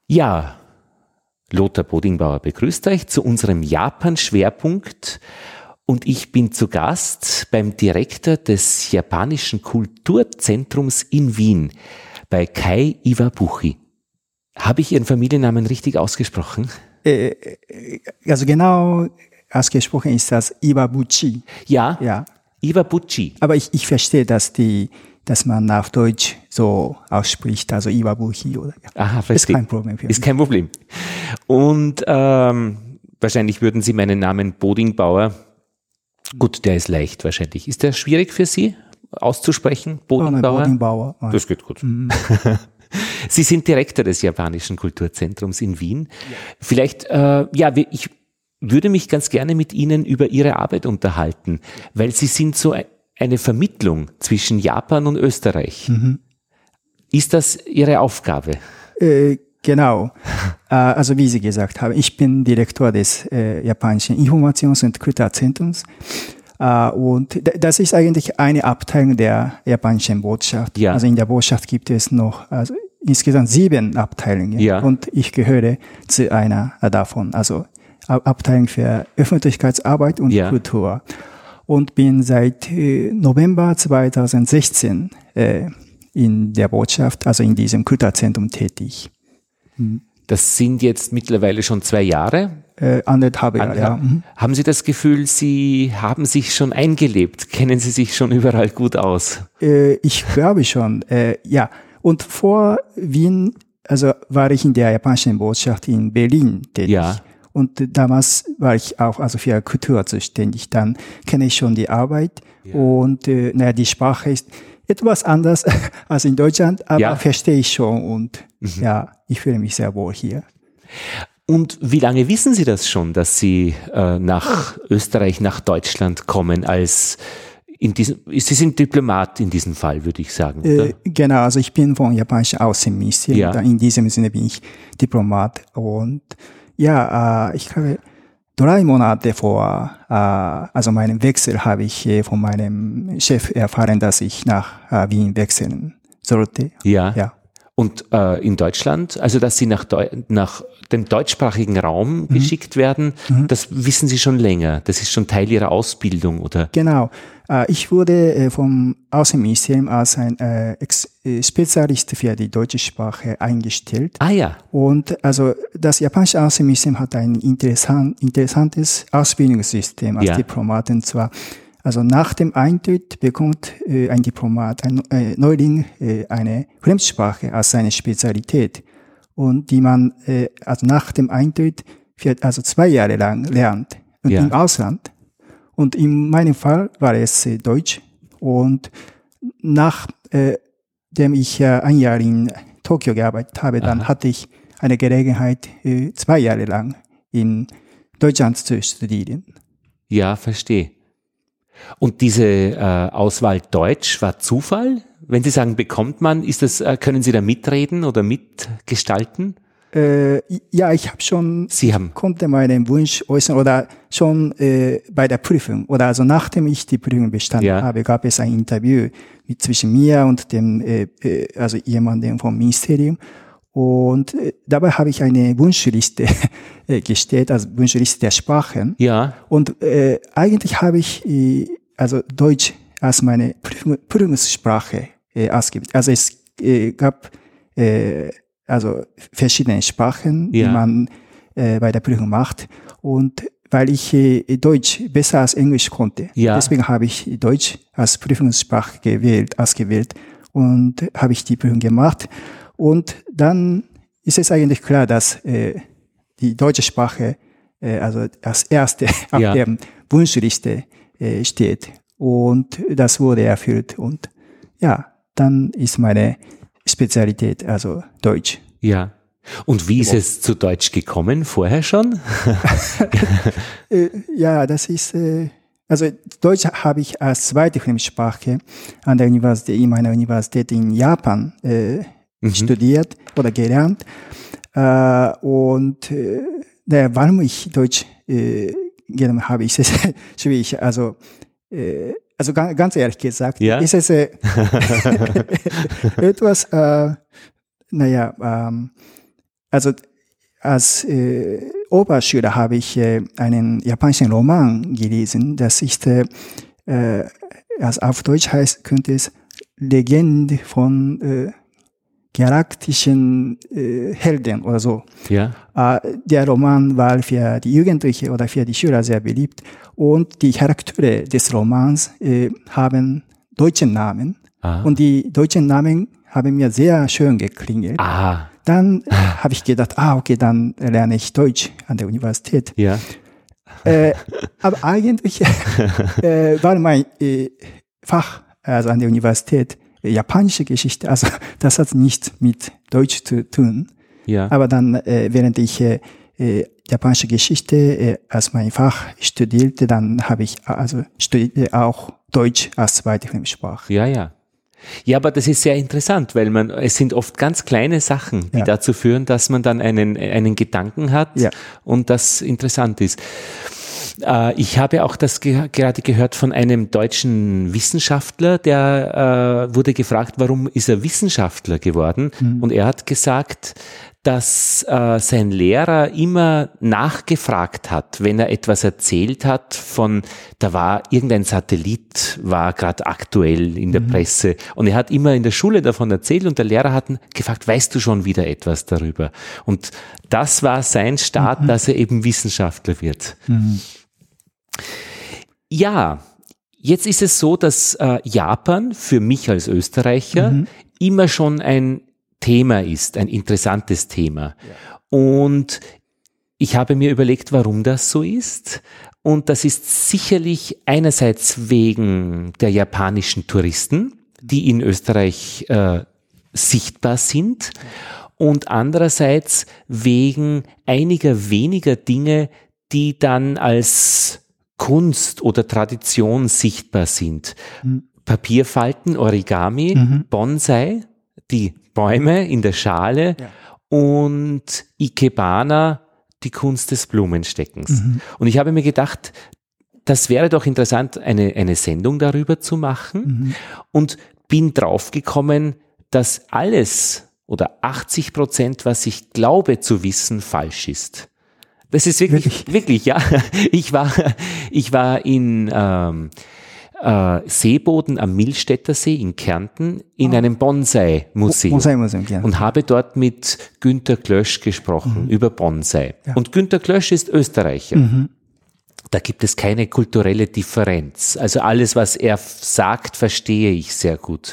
Ja, Lothar Bodingbauer begrüßt euch zu unserem Japan-Schwerpunkt und ich bin zu Gast beim Direktor des Japanischen Kulturzentrums in Wien, bei Kai Iwabuchi. Habe ich Ihren Familiennamen richtig ausgesprochen? Also genau ausgesprochen ist das Iwabuchi. Ja. Iwabuchi. Aber ich verstehe, dass man auf Deutsch so ausspricht, also Iwabuchi oder. Aha, verstehe. Ist kein Problem für mich. Ist kein Problem. Und wahrscheinlich würden Sie meinen Namen Bodingbauer, gut, der ist leicht wahrscheinlich. Ist der schwierig für Sie auszusprechen? Bodingbauer? Bodingbauer. Das geht gut. Sie sind Direktor des Japanischen Kulturzentrums in Wien. Ja. Vielleicht, ich würde mich ganz gerne mit Ihnen über Ihre Arbeit unterhalten, weil Sie sind so eine Vermittlung zwischen Japan und Österreich. Ist das Ihre Aufgabe? Genau. Also wie Sie gesagt haben, ich bin Direktor des Japanischen Informations- und Kulturzentrums. Und das ist eigentlich eine Abteilung der japanischen Botschaft. Ja. Also in der Botschaft gibt es noch insgesamt 7 Abteilungen. Ja. Und ich gehöre zu einer davon. Also Abteilung für Öffentlichkeitsarbeit und Kultur. Und bin seit November 2016 in der Botschaft, also in diesem Kulturzentrum tätig. Das sind jetzt mittlerweile schon 2 Jahre? 1,5 Jahre, ja. Haben Sie das Gefühl, Sie haben sich schon eingelebt? Kennen Sie sich schon überall gut aus? Ich glaube schon, ja. Und vor Wien, also war ich in der japanischen Botschaft in Berlin tätig. Ja. Und damals war ich auch also für Kultur zuständig. Dann kenne ich schon die Arbeit und die Sprache ist etwas anders als in Deutschland, aber verstehe ich schon und ich fühle mich sehr wohl hier. Und wie lange wissen Sie das schon, dass Sie nach Österreich, nach Deutschland kommen Sie sind Diplomat in diesem Fall, würde ich sagen, oder? Genau, also ich bin vom japanischen Außenministerium. In diesem Sinne bin ich Diplomat und ich glaube, 3 Monate vor also meinem Wechsel habe ich von meinem Chef erfahren, dass ich nach Wien wechseln sollte. Ja. Und in Deutschland, also dass Sie nach dem deutschsprachigen Raum geschickt werden, das wissen Sie schon länger. Das ist schon Teil Ihrer Ausbildung, oder? Genau. Ich wurde vom Außenministerium als ein Spezialist für die deutsche Sprache eingestellt. Ah ja. Und also das japanische Außenministerium hat ein interessantes Ausbildungssystem als Diplomat. Und zwar, also nach dem Eintritt bekommt ein Diplomat, ein Neuling, eine Fremdsprache als seine Spezialität. Und die man also nach dem Eintritt 2 Jahre lang lernt. Und im Ausland. Und in meinem Fall war es Deutsch. Und nachdem ich 1 Jahr in Tokio gearbeitet habe, dann hatte ich eine Gelegenheit, 2 Jahre lang in Deutschland zu studieren. Ja, verstehe. Und diese Auswahl Deutsch war Zufall? Wenn Sie sagen, bekommt man, können Sie da mitreden oder mitgestalten? Ich habe schon, konnte meinen Wunsch äußern oder schon bei der Prüfung oder also nachdem ich die Prüfung bestanden habe, gab es ein Interview zwischen mir und dem also jemandem vom Ministerium und dabei habe ich eine Wunschliste gestellt, also Wunschliste der Sprachen. Ja. Und eigentlich habe ich also Deutsch als meine Prüfungssprache ausgewählt. Also es gab also verschiedene Sprachen, die man bei der Prüfung macht. Und weil ich Deutsch besser als Englisch konnte, deswegen habe ich Deutsch als Prüfungssprache ausgewählt und habe ich die Prüfung gemacht. Und dann ist es eigentlich klar, dass die deutsche Sprache also als erste auf der Wunschliste steht. Und das wurde erfüllt. Und dann ist meine Spezialität, also Deutsch. Ja. Und wie ist es zu Deutsch gekommen? Vorher schon? Das ist, also Deutsch habe ich als zweite Fremdsprache an der Universität, in meiner Universität in Japan studiert oder gelernt. Und warum ich Deutsch genommen habe, ist es schwierig. Also ganz ehrlich gesagt, ist es etwas, also als Oberschüler habe ich einen japanischen Roman gelesen. Das ist, also auf Deutsch könnte es Legende von galaktischen Helden oder so. Ja. Der Roman war für die Jugendlichen oder für die Schüler sehr beliebt und die Charaktere des Romans haben deutsche Namen und die deutschen Namen haben mir sehr schön geklingelt. Dann habe ich gedacht, okay, dann lerne ich Deutsch an der Universität. Ja. Aber eigentlich war mein Fach, also an der Universität, japanische Geschichte, also das hat nichts mit Deutsch zu tun. Ja. Aber dann, während ich japanische Geschichte als mein Fach studierte, dann habe ich studierte auch Deutsch als zweite Fremdsprache. Ja, ja. Ja, aber das ist sehr interessant, weil es sind oft ganz kleine Sachen, die dazu führen, dass man dann einen Gedanken hat und das interessant ist. Ich habe auch das gerade gehört von einem deutschen Wissenschaftler, der wurde gefragt, warum ist er Wissenschaftler geworden? Und er hat gesagt, dass sein Lehrer immer nachgefragt hat, wenn er etwas erzählt hat da war irgendein Satellit, war gerade aktuell in der Presse und er hat immer in der Schule davon erzählt und der Lehrer hat gefragt, weißt du schon wieder etwas darüber? Und das war sein Start, dass er eben Wissenschaftler wird. Ja, jetzt ist es so, dass Japan für mich als Österreicher immer schon ein Thema ist, ein interessantes Thema. Ja. Und ich habe mir überlegt, warum das so ist. Und das ist sicherlich einerseits wegen der japanischen Touristen, die in Österreich sichtbar sind, und andererseits wegen einiger weniger Dinge, die dann als Kunst oder Tradition sichtbar sind. Papierfalten, Origami, Bonsai, die Bäume in der Schale und Ikebana, die Kunst des Blumensteckens. Und ich habe mir gedacht, das wäre doch interessant, eine Sendung darüber zu machen und bin draufgekommen, dass alles oder 80%, was ich glaube zu wissen, falsch ist. Das ist wirklich, ja. Ich war in Seeboden am Milstädter See in Kärnten in einem Bonsai-Museum und habe dort mit Günter Klösch gesprochen über Bonsai. Ja. Und Günter Klösch ist Österreicher. Da gibt es keine kulturelle Differenz. Also alles, was er sagt, verstehe ich sehr gut.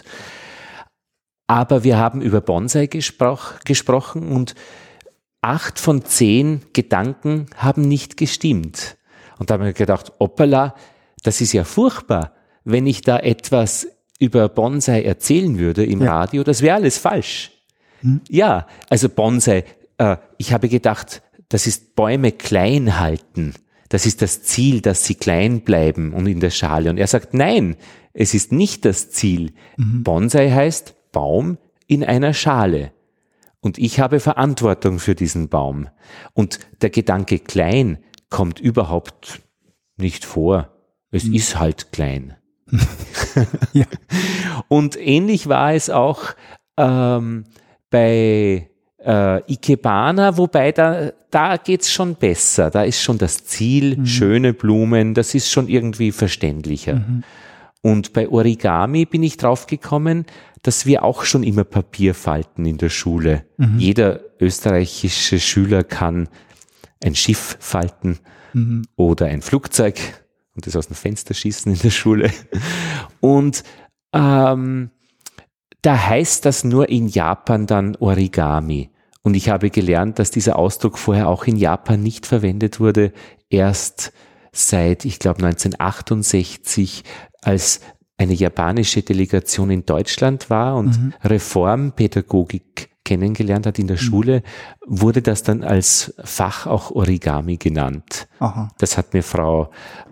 Aber wir haben über Bonsai gesprochen und 8 von 10 Gedanken haben nicht gestimmt. Und da habe ich gedacht, hoppala, das ist ja furchtbar, wenn ich da etwas über Bonsai erzählen würde im Radio, das wäre alles falsch. Ja, also Bonsai, ich habe gedacht, das ist Bäume klein halten. Das ist das Ziel, dass sie klein bleiben und in der Schale. Und er sagt, nein, es ist nicht das Ziel. Bonsai heißt Baum in einer Schale. Und ich habe Verantwortung für diesen Baum. Und der Gedanke klein kommt überhaupt nicht vor. Es ist halt klein. Ja. Und ähnlich war es auch bei Ikebana, wobei da geht's schon besser. Da ist schon das Ziel, schöne Blumen, das ist schon irgendwie verständlicher. Und bei Origami bin ich draufgekommen, dass wir auch schon immer Papier falten in der Schule. Jeder österreichische Schüler kann ein Schiff falten oder ein Flugzeug und das aus dem Fenster schießen in der Schule. Und da heißt das nur in Japan dann Origami. Und ich habe gelernt, dass dieser Ausdruck vorher auch in Japan nicht verwendet wurde, erst seit, ich glaube, 1968, als eine japanische Delegation in Deutschland war und Reformpädagogik kennengelernt hat in der Schule, wurde das dann als Fach auch Origami genannt. Aha. Das hat mir Frau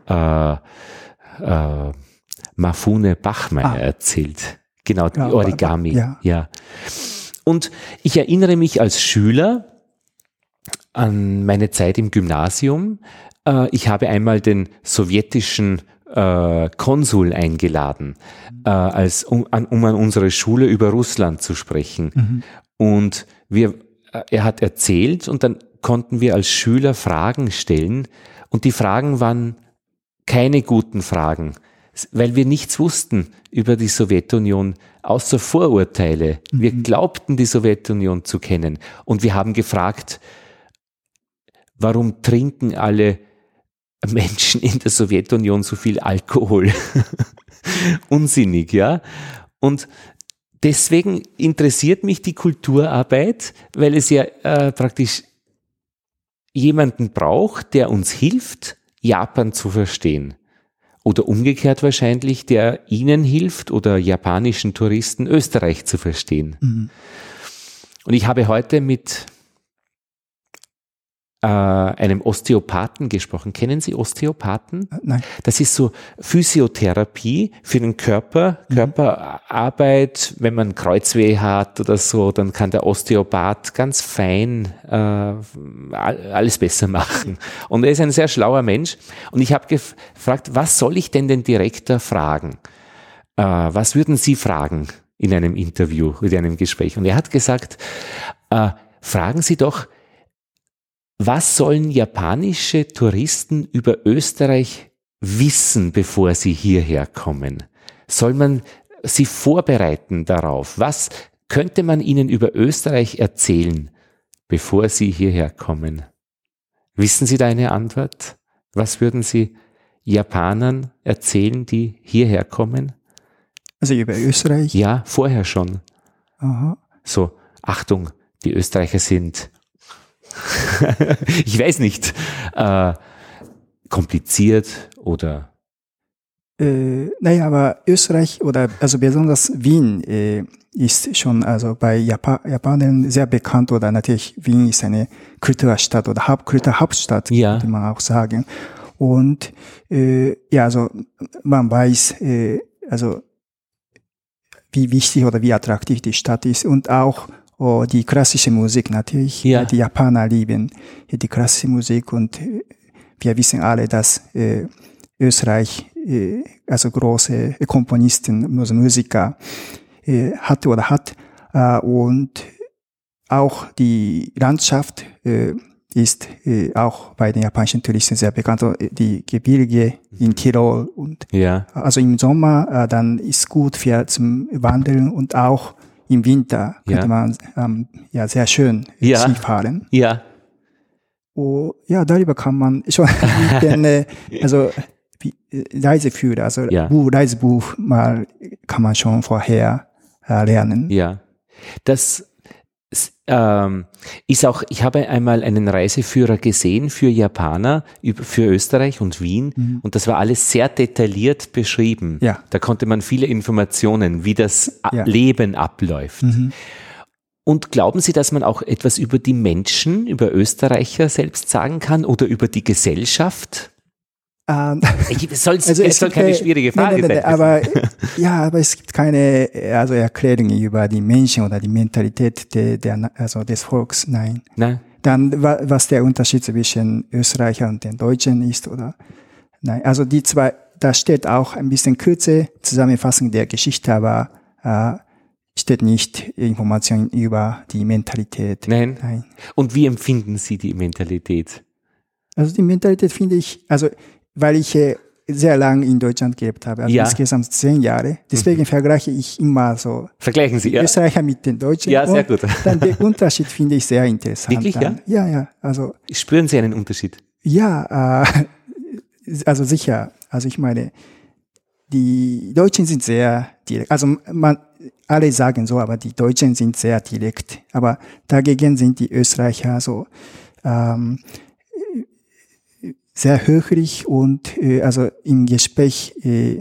Mafune Bachmeier erzählt. Genau, ja, Origami. Ja. Und ich erinnere mich als Schüler an meine Zeit im Gymnasium. Ich habe einmal den sowjetischen Konsul eingeladen, um an unserer Schule über Russland zu sprechen. Und wir er hat erzählt und dann konnten wir als Schüler Fragen stellen und die Fragen waren keine guten Fragen, weil wir nichts wussten über die Sowjetunion, außer Vorurteile. Wir glaubten, die Sowjetunion zu kennen. Und wir haben gefragt, warum trinken alle Menschen in der Sowjetunion so viel Alkohol? Unsinnig, ja? Und deswegen interessiert mich die Kulturarbeit, weil es ja praktisch jemanden braucht, der uns hilft, Japan zu verstehen. Oder umgekehrt wahrscheinlich, der Ihnen hilft oder japanischen Touristen Österreich zu verstehen. Mhm. Und ich habe heute mit einem Osteopathen gesprochen. Kennen Sie Osteopathen? Nein. Das ist so Physiotherapie für den Körper, Körperarbeit. Wenn man Kreuzweh hat oder so, dann kann der Osteopath ganz fein alles besser machen. Und er ist ein sehr schlauer Mensch. Und ich habe gefragt, was soll ich denn den Direktor fragen? Was würden Sie fragen in einem Interview, in einem Gespräch? Und er hat gesagt, fragen Sie doch, was sollen japanische Touristen über Österreich wissen, bevor sie hierher kommen? Soll man sie vorbereiten darauf? Was könnte man ihnen über Österreich erzählen, bevor sie hierher kommen? Wissen Sie da eine Antwort? Was würden Sie Japanern erzählen, die hierher kommen? Also über Österreich? Ja, vorher schon. Aha. So, Achtung, die Österreicher sind ich weiß nicht, kompliziert oder? Naja, aber Österreich oder also besonders Wien ist schon also bei Japanern sehr bekannt oder natürlich Wien ist eine Kulturstadt oder Kulturhauptstadt, könnte man auch sagen. Und ja, also man weiß also wie wichtig oder wie attraktiv die Stadt ist und auch die klassische Musik natürlich. Ja. Die Japaner lieben die klassische Musik und wir wissen alle, dass Österreich also große Komponisten, also Musiker hatte oder hat und auch die Landschaft ist auch bei den japanischen Touristen sehr bekannt. Die Gebirge in Tirol und also im Sommer dann ist gut für zum Wandeln und auch im Winter könnte man sehr schön Skifahren. Ja. Ja, darüber kann man schon mit den Reiseführer, also Reisebuch mal kann man schon vorher lernen. Ja, das ist auch, ich habe einmal einen Reiseführer gesehen für Japaner, für Österreich und Wien und das war alles sehr detailliert beschrieben. Ja. Da konnte man viele Informationen, wie das Leben abläuft. Und glauben Sie, dass man auch etwas über die Menschen, über Österreicher selbst sagen kann oder über die Gesellschaft? Es soll keine schwierige Frage sein. Aber es gibt keine Erklärung über die Menschen oder die Mentalität des Volks. Nein. Dann, was der Unterschied zwischen Österreicher und den Deutschen ist, oder? Nein. Also die zwei, da steht auch ein bisschen kürze Zusammenfassung der Geschichte, aber steht nicht Information über die Mentalität. Nein. Und wie empfinden Sie die Mentalität? Also die Mentalität finde ich, weil ich sehr lange in Deutschland gelebt habe, insgesamt 10 Jahre. Deswegen vergleiche ich immer so Vergleichen Sie, die Österreicher mit den Deutschen. Ja, sehr gut. Dann den Unterschied finde ich sehr interessant. Wirklich, dann. Ja. Also, spüren Sie einen Unterschied? Ja, also sicher. Also ich meine, die Deutschen sind sehr direkt. Also alle sagen so, aber die Deutschen sind sehr direkt. Aber dagegen sind die Österreicher so sehr höflich und also im Gespräch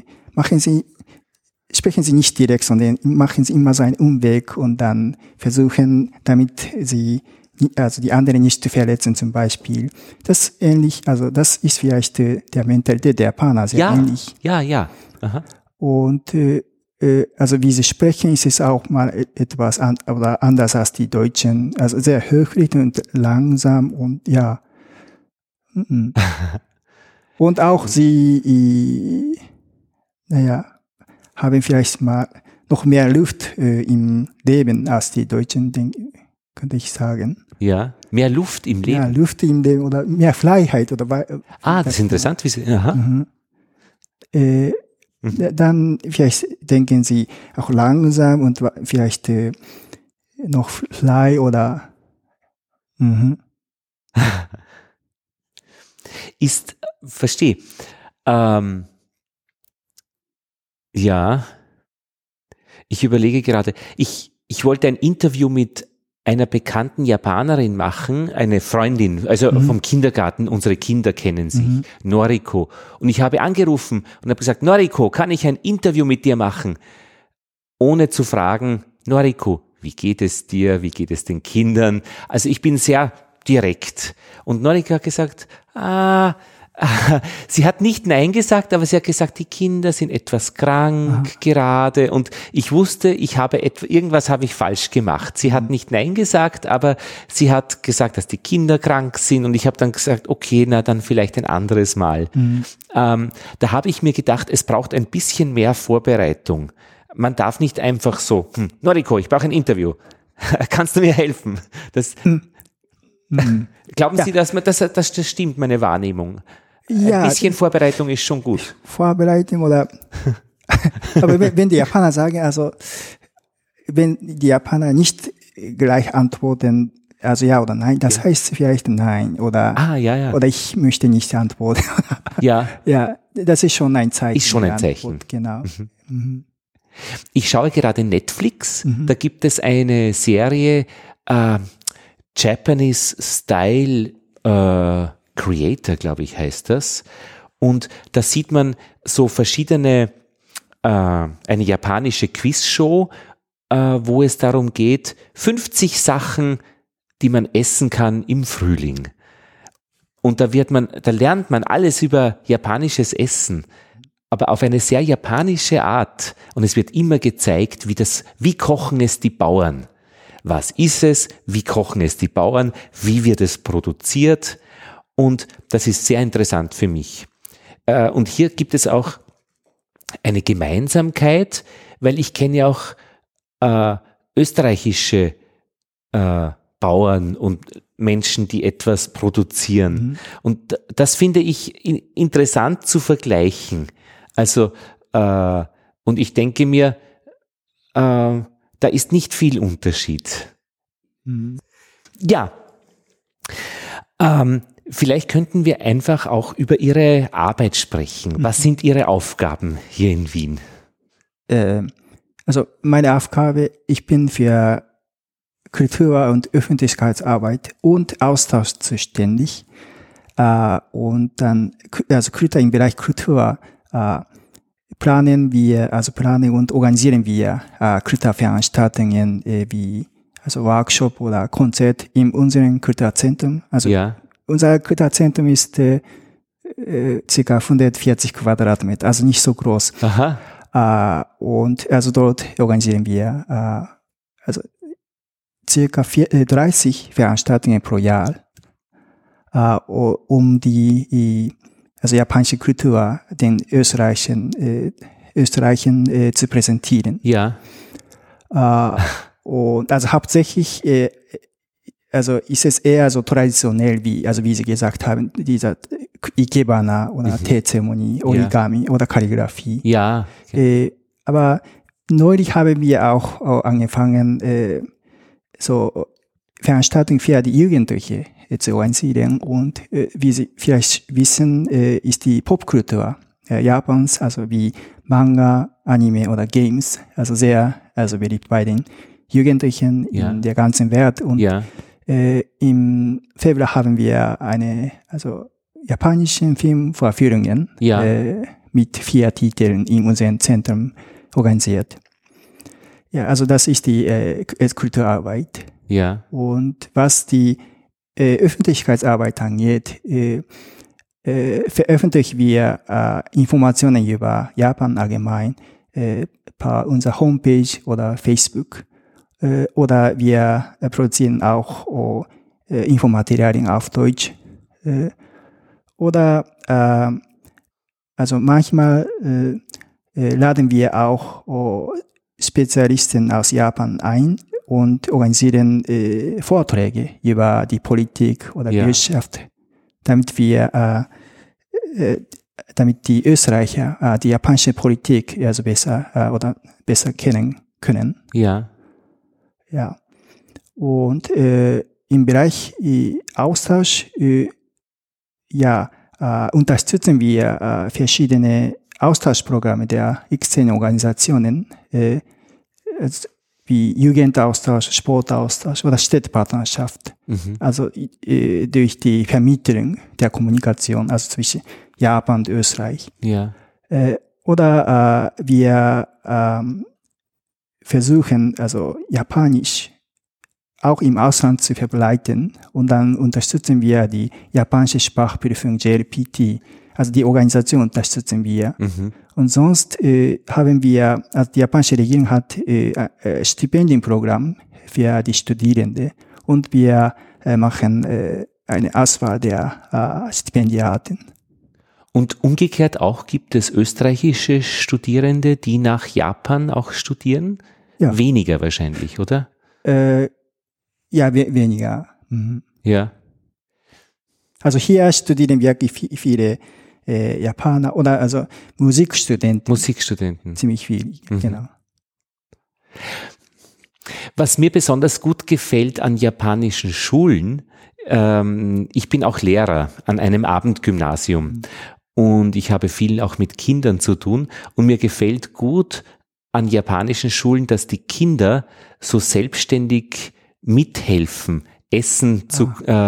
sprechen sie nicht direkt, sondern machen sie immer so einen Umweg und dann versuchen, damit sie die anderen nicht zu verletzen zum Beispiel. Das ist ähnlich, also das ist vielleicht der Mentalität der Japaner sehr ähnlich. Ja. Aha. Und also wie sie sprechen, ist es auch mal etwas anders als die Deutschen. Also sehr höflich und langsam und ja. Und auch sie, haben vielleicht mal noch mehr Luft im Leben als die Deutschen, denke ich. könnte ich sagen. Ja, mehr Luft im Leben. Ja, Luft im Leben oder mehr Freiheit. Das ist interessant. Aha. Dann vielleicht denken Sie auch langsam und vielleicht noch frei oder verstehe. Ja, ich überlege gerade, ich wollte ein Interview mit einer bekannten Japanerin machen, eine Freundin, also vom Kindergarten, unsere Kinder kennen sich, Noriko. Und ich habe angerufen und habe gesagt, Noriko, kann ich ein Interview mit dir machen? Ohne zu fragen, Noriko, wie geht es dir, wie geht es den Kindern? Also ich bin sehr direkt. Und Noriko hat gesagt, sie hat nicht Nein gesagt, aber sie hat gesagt, die Kinder sind etwas krank gerade und ich wusste, irgendwas habe ich falsch gemacht. Sie hat nicht Nein gesagt, aber sie hat gesagt, dass die Kinder krank sind und ich habe dann gesagt, okay, na dann vielleicht ein anderes Mal. Da habe ich mir gedacht, es braucht ein bisschen mehr Vorbereitung. Man darf nicht einfach so, Noriko, ich brauche ein Interview. Kannst du mir helfen? Glauben Sie, dass das stimmt, meine Wahrnehmung? Ja, ein bisschen Vorbereitung ist schon gut. Vorbereitung oder, aber wenn die Japaner sagen, also, wenn die Japaner nicht gleich antworten, also ja oder nein, das heißt vielleicht nein oder, oder ich möchte nicht antworten. Ja, das ist schon ein Zeichen. Ist schon ein Zeichen. Antwort, genau. Ich schaue gerade Netflix, da gibt es eine Serie, Japanese Style, Creator, glaube ich, heißt das. Und da sieht man so verschiedene, eine japanische Quizshow, wo es darum geht, 50 Sachen, die man essen kann im Frühling. Und da lernt man alles über japanisches Essen, aber auf eine sehr japanische Art. Und es wird immer gezeigt, wie kochen es die Bauern. Was ist es? Wie kochen es die Bauern? Wie wird es produziert? Und das ist sehr interessant für mich. Und hier gibt es auch eine Gemeinsamkeit, weil ich kenne ja auch österreichische Bauern und Menschen, die etwas produzieren. Und das finde ich interessant zu vergleichen. Also, und ich denke mir, da ist nicht viel Unterschied. Ja. Vielleicht könnten wir einfach auch über Ihre Arbeit sprechen. Was sind Ihre Aufgaben hier in Wien? Also meine Aufgabe, ich bin für Kultur- und Öffentlichkeitsarbeit und Austausch zuständig. Und dann, also im Bereich Kultur planen und organisieren wir Kulturveranstaltungen wie also Workshop oder Konzert in unserem Kulturzentrum. Also unser Kulturzentrum ist ca. 140 Quadratmeter, also nicht so groß. Und also dort organisieren wir also ca. 30 Veranstaltungen pro Jahr, um die also japanische Kultur den Österreichern zu präsentieren. Ja. Und also hauptsächlich also ist es eher so traditionell wie Sie gesagt haben, dieser Ikebana oder Teezeremonie, Origami oder Kalligraphie. Ja. Aber neulich haben wir auch angefangen, so Veranstaltungen für die Jugendliche zu organisieren. Und wie Sie vielleicht wissen, ist die Popkultur Japans, also wie Manga, Anime oder Games, also sehr beliebt bei den Jugendlichen in der ganzen Welt. Und im Februar haben wir japanischen Filmvorführungen mit 4 Titeln in unserem Zentrum organisiert. Ja, also das ist die Kulturarbeit. Ja. Und was die Öffentlichkeitsarbeit angeht, veröffentlichen wir Informationen über Japan allgemein per unserer Homepage oder Facebook. Oder wir produzieren auch Infomaterialien auf Deutsch. Oder also manchmal laden wir auch Spezialisten aus Japan ein, und organisieren Vorträge über die Politik oder Wirtschaft, damit damit die Österreicher die japanische Politik also besser kennen können. Ja. Ja. Und im Bereich Austausch unterstützen wir verschiedene Austauschprogramme der externen Organisationen, wie Jugendaustausch, Sportaustausch oder Städtepartnerschaft. Also durch die Vermittlung der Kommunikation, also zwischen Japan und Österreich. Ja. Oder wir versuchen, also Japanisch auch im Ausland zu verbreiten, und dann unterstützen wir die japanische Sprachprüfung JLPT, also die Organisation unterstützen wir. Und sonst haben wir, also die japanische Regierung hat ein Stipendienprogramm für die Studierenden, und wir machen eine Auswahl der Stipendiaten. Und umgekehrt auch, gibt es österreichische Studierende, die nach Japan auch studieren? Ja. Weniger wahrscheinlich, oder? Ja, weniger. Ja. Also hier studieren wirklich viele Japaner oder also Musikstudenten. Ziemlich viel, genau. Was mir besonders gut gefällt an japanischen Schulen, ich bin auch Lehrer an einem Abendgymnasium und ich habe viel auch mit Kindern zu tun, und mir gefällt gut an japanischen Schulen, dass die Kinder so selbstständig mithelfen, Essen zu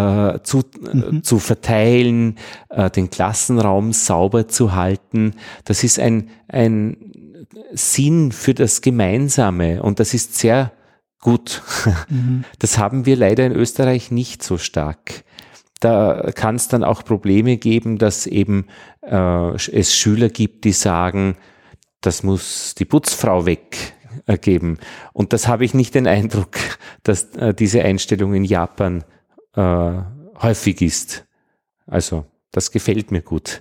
verteilen, den Klassenraum sauber zu halten. Das ist ein Sinn für das Gemeinsame, und das ist sehr gut. Das haben wir leider in Österreich nicht so stark. Da kann es dann auch Probleme geben, dass eben es Schüler gibt, die sagen, das muss die Putzfrau weggeben. Und das habe ich nicht den Eindruck, dass diese Einstellung in Japan häufig ist. Also das gefällt mir gut.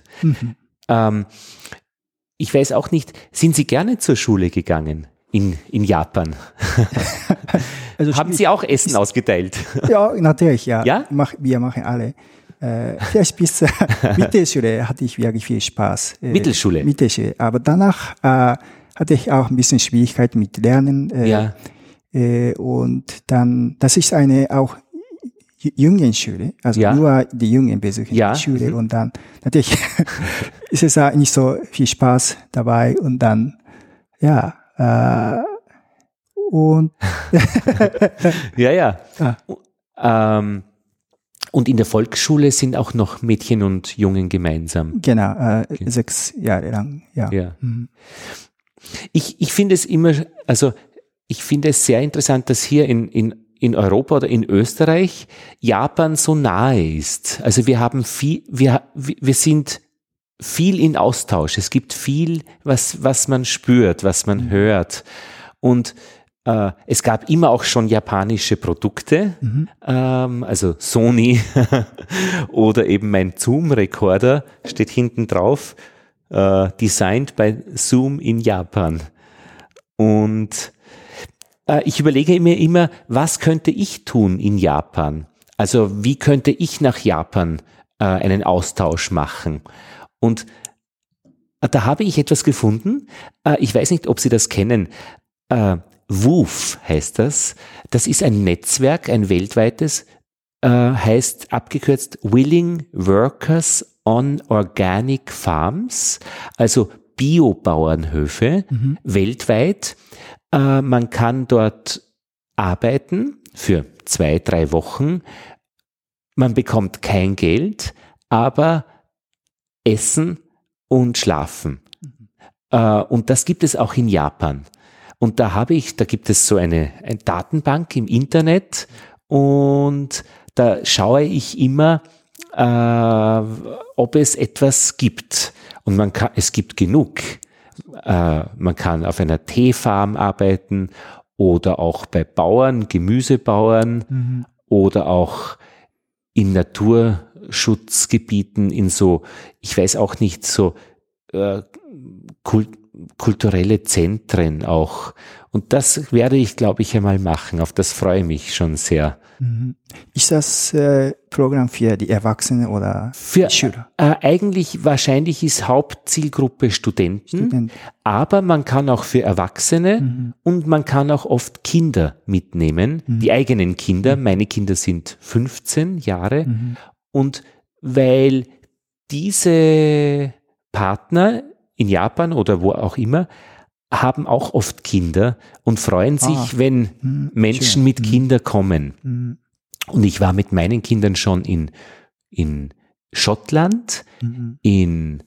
Ich weiß auch nicht, sind Sie gerne zur Schule gegangen in Japan? Also haben Sie auch Essen ausgeteilt? Ja, natürlich, ja. Ja? Wir machen alle. Vielleicht bis Mittelschule hatte ich wirklich viel Spaß. Mittelschule? Mittelschule. Aber danach hatte ich auch ein bisschen Schwierigkeiten mit Lernen. Und dann, das ist eine auch Jungenschule, also nur die Jungen besuchen die Schule, und dann natürlich ist es nicht so viel Spaß dabei, und dann und und in der Volksschule sind auch noch Mädchen und Jungen gemeinsam. Genau, 6 Jahre lang, ja. Ich finde es immer, also ich finde es sehr interessant, dass hier in Europa oder in Österreich Japan so nahe ist. Also wir haben wir sind viel in Austausch. Es gibt viel, was man spürt, was man hört. Und es gab immer auch schon japanische Produkte, also Sony oder eben mein Zoom-Rekorder steht hinten drauf, designed by Zoom in Japan. Und ich überlege mir immer, was könnte ich tun in Japan? Also wie könnte ich nach Japan einen Austausch machen? Und da habe ich etwas gefunden. Ich weiß nicht, ob Sie das kennen. WWOOF heißt das. Das ist ein Netzwerk, ein weltweites, heißt abgekürzt Willing Workers on Organic Farms, also Biobauernhöfe weltweit. Man kann dort arbeiten für 2-3 Wochen. Man bekommt kein Geld, aber Essen und Schlafen. Und das gibt es auch in Japan. Und da gibt es so eine Datenbank im Internet, und da schaue ich immer, ob es etwas gibt. Und es gibt genug. Man kann auf einer Teefarm arbeiten oder auch bei Bauern, Gemüsebauern oder auch in Naturschutzgebieten, in so, ich weiß auch nicht, so kulturelle Zentren auch. Und das werde ich, glaube ich, einmal machen. Auf das freue ich mich schon sehr. Ist das Programm für die Erwachsenen oder für Schüler? Eigentlich wahrscheinlich ist Hauptzielgruppe Studenten, aber man kann auch für Erwachsene und man kann auch oft Kinder mitnehmen, die eigenen Kinder. Meine Kinder sind 15 Jahre und weil diese Partner in Japan oder wo auch immer haben auch oft Kinder und freuen sich, wenn Menschen mit Kindern kommen. Und ich war mit meinen Kindern schon in Schottland, in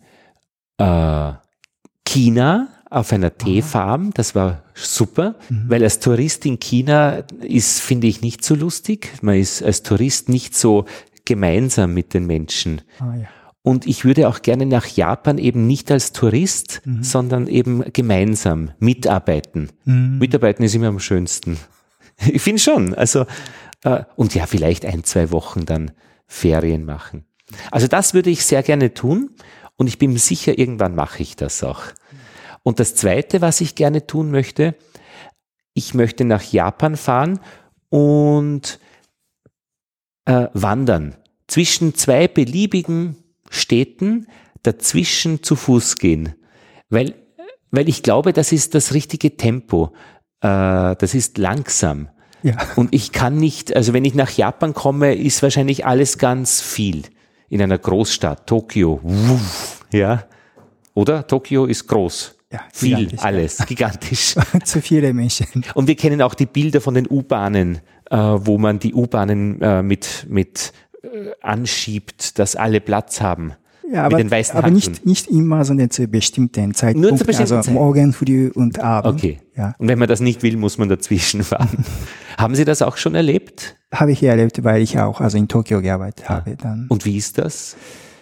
China auf einer Teefarm. Das war super, weil als Tourist in China ist, finde ich, nicht so lustig. Man ist als Tourist nicht so gemeinsam mit den Menschen. Und ich würde auch gerne nach Japan eben nicht als Tourist, sondern eben gemeinsam mitarbeiten. Mitarbeiten ist immer am schönsten. Ich finde schon. Also, und ja, vielleicht 1-2 Wochen dann Ferien machen. Also das würde ich sehr gerne tun und ich bin sicher, irgendwann mache ich das auch. Und das Zweite, was ich gerne tun möchte, ich möchte nach Japan fahren und wandern. Zwischen 2 beliebigen Städten dazwischen zu Fuß gehen, weil ich glaube, das ist das richtige Tempo, das ist langsam und ich kann nicht, also wenn ich nach Japan komme, ist wahrscheinlich alles ganz viel in einer Großstadt, Tokio, ja, oder? Tokio ist groß. Ja, viel, alles, gigantisch. Zu viele Menschen. Und wir kennen auch die Bilder von den U-Bahnen, wo man die U-Bahnen mit anschiebt, dass alle Platz haben. Ja, aber, mit den weißen aber nicht immer, sondern zu bestimmten Zeitpunkten. Nur zu bestimmten Zeitpunkten. Morgen, früh und Abend. Okay. Ja. Und wenn man das nicht will, muss man dazwischen fahren. Haben Sie das auch schon erlebt? Habe ich erlebt, weil ich auch in Tokio gearbeitet habe. Dann. Und wie ist das?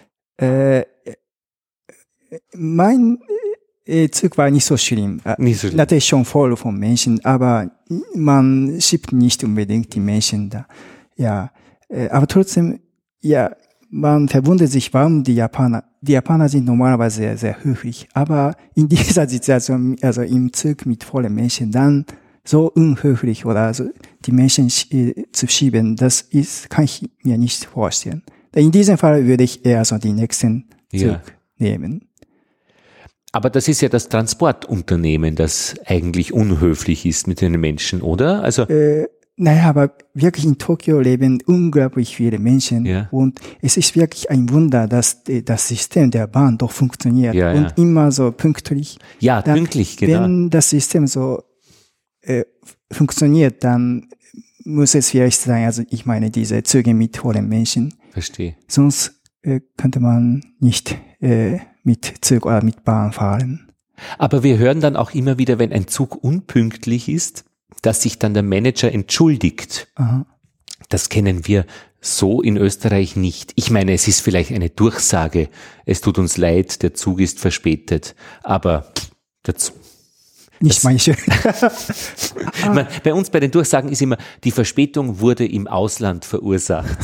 Mein Zug war nicht so schlimm. Natürlich schon voll von Menschen, aber man schiebt nicht unbedingt die Menschen da. Ja. Aber trotzdem, ja, man verwundert sich, warum die Japaner sind normalerweise sehr, sehr höflich. Aber in dieser Situation, also im Zug mit vollen Menschen, dann so unhöflich oder so die Menschen zu schieben, kann ich mir nicht vorstellen. In diesem Fall würde ich eher so den nächsten Zug nehmen. Aber das ist ja das Transportunternehmen, das eigentlich unhöflich ist mit den Menschen, oder? Also naja, aber wirklich in Tokio leben unglaublich viele Menschen und es ist wirklich ein Wunder, dass das System der Bahn doch funktioniert und immer so pünktlich. Ja, pünktlich, genau. Wenn das System so funktioniert, dann muss es vielleicht sein, also ich meine diese Züge mit vollen Menschen. Verstehe. Sonst könnte man nicht mit Zug oder mit Bahn fahren. Aber wir hören dann auch immer wieder, wenn ein Zug unpünktlich ist, dass sich dann der Manager entschuldigt. Aha. Das kennen wir so in Österreich nicht. Ich meine, es ist vielleicht eine Durchsage. Es tut uns leid, der Zug ist verspätet. Aber nicht manche. Bei uns bei den Durchsagen ist immer, die Verspätung wurde im Ausland verursacht.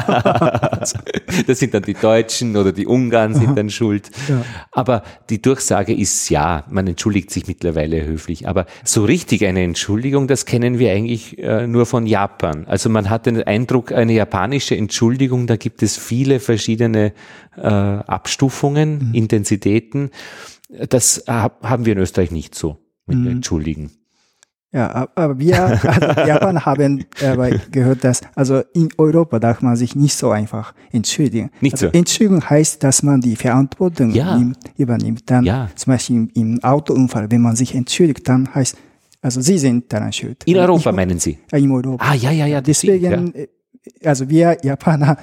Das sind dann die Deutschen oder die Ungarn sind dann schuld. Ja. Aber die Durchsage ist man entschuldigt sich mittlerweile höflich. Aber so richtig eine Entschuldigung, das kennen wir eigentlich nur von Japan. Also man hat den Eindruck, eine japanische Entschuldigung, da gibt es viele verschiedene Abstufungen, Intensitäten. Das haben wir in Österreich nicht so. Entschuldigen. Ja, aber Japan haben gehört, dass, also in Europa darf man sich nicht so einfach entschuldigen. Nicht so. Entschuldigung heißt, dass man die Verantwortung übernimmt. Dann zum Beispiel im Autounfall, wenn man sich entschuldigt, dann heißt, also Sie sind daran schuld. In Europa meinen Sie? In Europa. Ja. Deswegen, also wir Japaner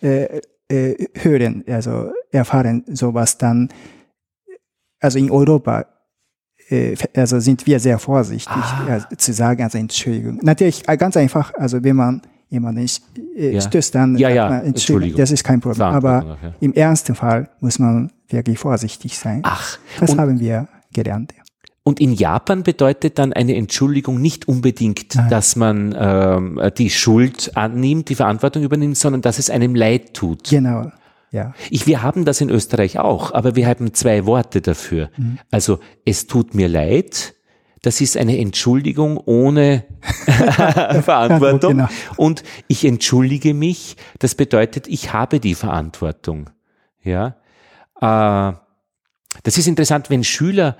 erfahren sowas dann, also in Europa, also sind wir sehr vorsichtig zu sagen, also Entschuldigung. Natürlich ganz einfach, also wenn man jemanden stößt, dann Entschuldigung, das ist kein Problem. Aber im ernsten Fall muss man wirklich vorsichtig sein. Das haben wir gelernt. Und in Japan bedeutet dann eine Entschuldigung nicht unbedingt, dass man die Schuld annimmt, die Verantwortung übernimmt, sondern dass es einem leid tut. Genau. Ja. Wir haben das in Österreich auch, aber wir haben 2 Worte dafür. Also, es tut mir leid, das ist eine Entschuldigung ohne Verantwortung. Genau. Und ich entschuldige mich, das bedeutet, ich habe die Verantwortung. Ja. Das ist interessant, wenn Schüler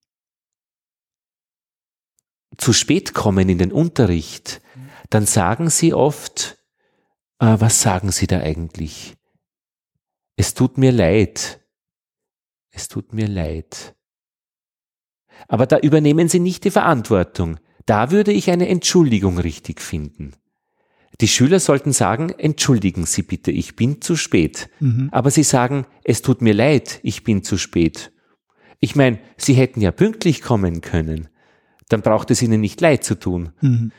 zu spät kommen in den Unterricht, dann sagen sie oft, was sagen sie da eigentlich? Es tut mir leid. Es tut mir leid. Aber da übernehmen sie nicht die Verantwortung. Da würde ich eine Entschuldigung richtig finden. Die Schüler sollten sagen, entschuldigen Sie bitte, ich bin zu spät. Aber sie sagen, es tut mir leid, ich bin zu spät. Ich meine, sie hätten ja pünktlich kommen können. Dann braucht es ihnen nicht leid zu tun.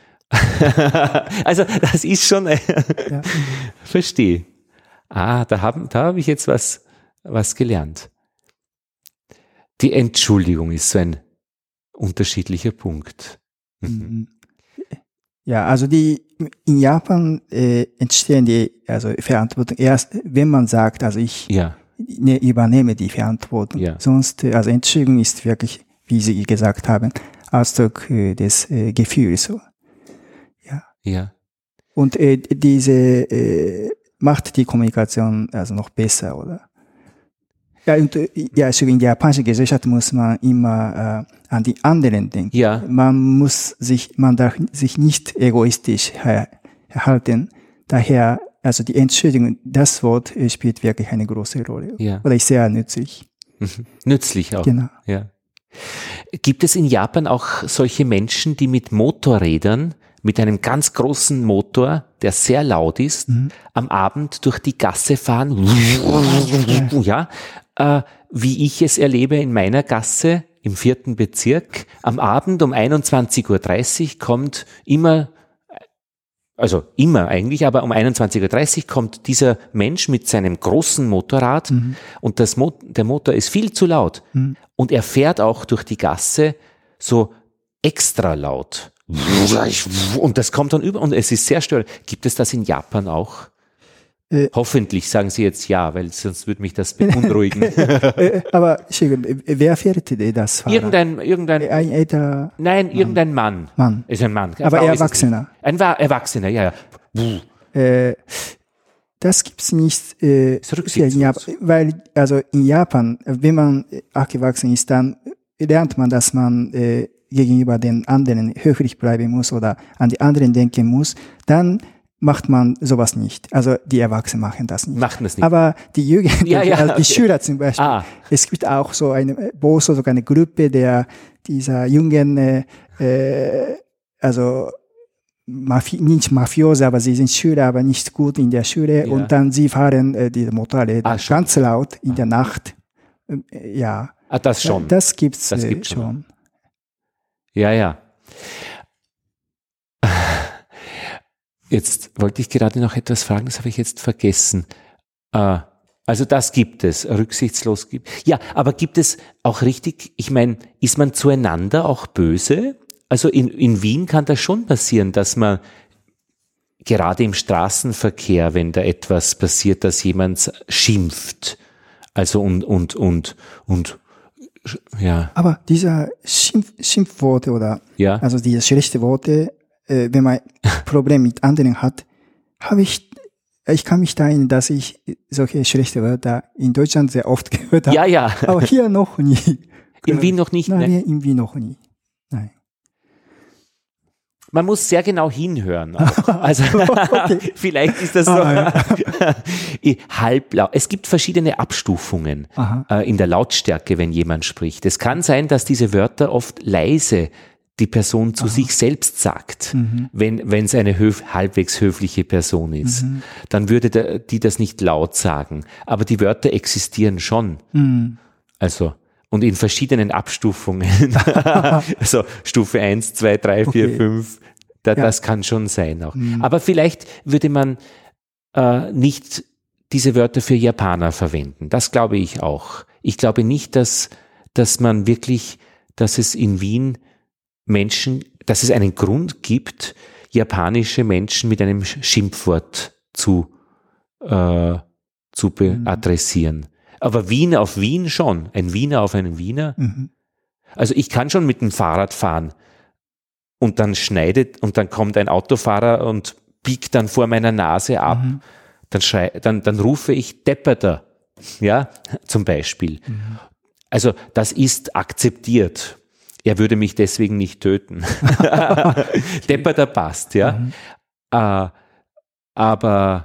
Also das ist schon, ja. Verstehe. Da habe ich jetzt was gelernt. Die Entschuldigung ist so ein unterschiedlicher Punkt. Ja, also in Japan entstehen die Verantwortung erst, wenn man sagt, also ich übernehme die Verantwortung. Ja. Sonst, also Entschuldigung ist wirklich, wie Sie gesagt haben, Ausdruck des Gefühls. So. Ja. Ja. Und diese macht die Kommunikation also noch besser, oder? Ja, und in der japanischen Gesellschaft muss man immer an die anderen denken. Ja. Man darf sich nicht egoistisch halten. Daher, also die Entschuldigung, das Wort spielt wirklich eine große Rolle. Ja. Oder ist sehr nützlich. Nützlich auch. Genau. Ja. Gibt es in Japan auch solche Menschen, die mit Motorrädern, mit einem ganz großen Motor, der sehr laut ist, am Abend durch die Gasse fahren? Ja. Wie ich es erlebe in meiner Gasse im 4. Bezirk. Am Abend um 21.30 Uhr kommt immer eigentlich, aber um 21.30 Uhr kommt dieser Mensch mit seinem großen Motorrad und der Motor ist viel zu laut. Und er fährt auch durch die Gasse so extra laut. Und das kommt dann über und es ist sehr störend. Gibt es das in Japan auch? Hoffentlich sagen Sie jetzt ja, weil sonst würde mich das beunruhigen. Aber wer fährt das Fahrrad? Irgendein Mann. Ist ein Mann. Aber Erwachsener. Ein Erwachsener, ja. Das gibt's nicht, weil also in Japan, wenn man aufgewachsen ist, dann lernt man, dass man gegenüber den anderen höflich bleiben muss oder an die anderen denken muss. Dann macht man sowas nicht. Also die Erwachsenen machen das nicht. Machen das nicht. Aber die Jugendlichen, also die Schüler zum Beispiel, es gibt auch so eine sogar eine Gruppe dieser jungen, also nicht Mafiose, aber sie sind Schüler, aber nicht gut in der Schule. Ja. Und dann sie fahren diese Motorräder ganz laut in der Nacht. Ja. Das schon. Das gibt's schon. Ja. Jetzt wollte ich gerade noch etwas fragen, das habe ich jetzt vergessen. Also das gibt es, rücksichtslos gibt. Ja, aber gibt es auch richtig, ich meine, ist man zueinander auch böse? Also in Wien kann das schon passieren, dass man gerade im Straßenverkehr, wenn da etwas passiert, dass jemand schimpft. Also und ja. Aber dieser Schimpfworte oder also diese schlechte Worte, wenn man Probleme mit anderen hat, ich kann mich da erinnern, dass ich solche schlechte Wörter in Deutschland sehr oft gehört habe. Ja. Aber hier noch nie. In Wien noch nicht? Nein, in Wien noch nie. Nein. Man muss sehr genau hinhören. Also vielleicht ist das so halblaut. Es gibt verschiedene Abstufungen in der Lautstärke, wenn jemand spricht. Es kann sein, dass diese Wörter oft leise die Person zu sich selbst sagt, wenn es eine halbwegs höfliche Person ist. Dann würde die das nicht laut sagen. Aber die Wörter existieren schon. Also, und in verschiedenen Abstufungen. Also Stufe 1, 2, 3, 4, 5. Das kann schon sein auch. Aber vielleicht würde man nicht diese Wörter für Japaner verwenden. Das glaube ich auch. Ich glaube nicht, dass man wirklich, dass es in Wien dass es einen Grund gibt, japanische Menschen mit einem Schimpfwort zu zu adressieren. Aber Wien auf Wien schon. Ein Wiener auf einen Wiener. Also ich kann schon mit dem Fahrrad fahren und dann kommt ein Autofahrer und biegt dann vor meiner Nase ab. Dann rufe ich Depperter, ja, zum Beispiel. Also das ist akzeptiert. Er würde mich deswegen nicht töten. Depperter passt, ja. Aber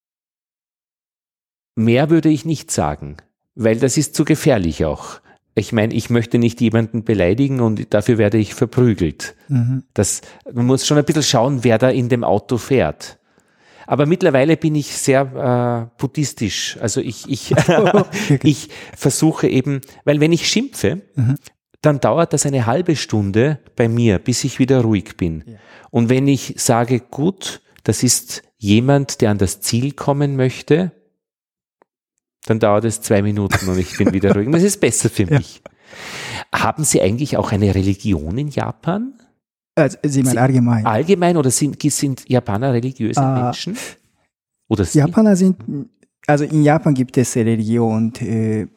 mehr würde ich nicht sagen, weil das ist zu gefährlich auch. Ich meine, ich möchte nicht jemanden beleidigen und dafür werde ich verprügelt. Man muss schon ein bisschen schauen, wer da in dem Auto fährt. Aber mittlerweile bin ich sehr buddhistisch. Also ich versuche eben, weil wenn ich schimpfe, dann dauert das eine halbe Stunde bei mir, bis ich wieder ruhig bin. Ja. Und wenn ich sage, gut, das ist jemand, der an das Ziel kommen möchte, dann dauert es 2 Minuten und ich bin wieder ruhig. Das ist besser für mich. Haben Sie eigentlich auch eine Religion in Japan? Also, Sie meinen allgemein? Allgemein oder sind Japaner religiöse Menschen? Oder Japaner sind, also in Japan gibt es Religion und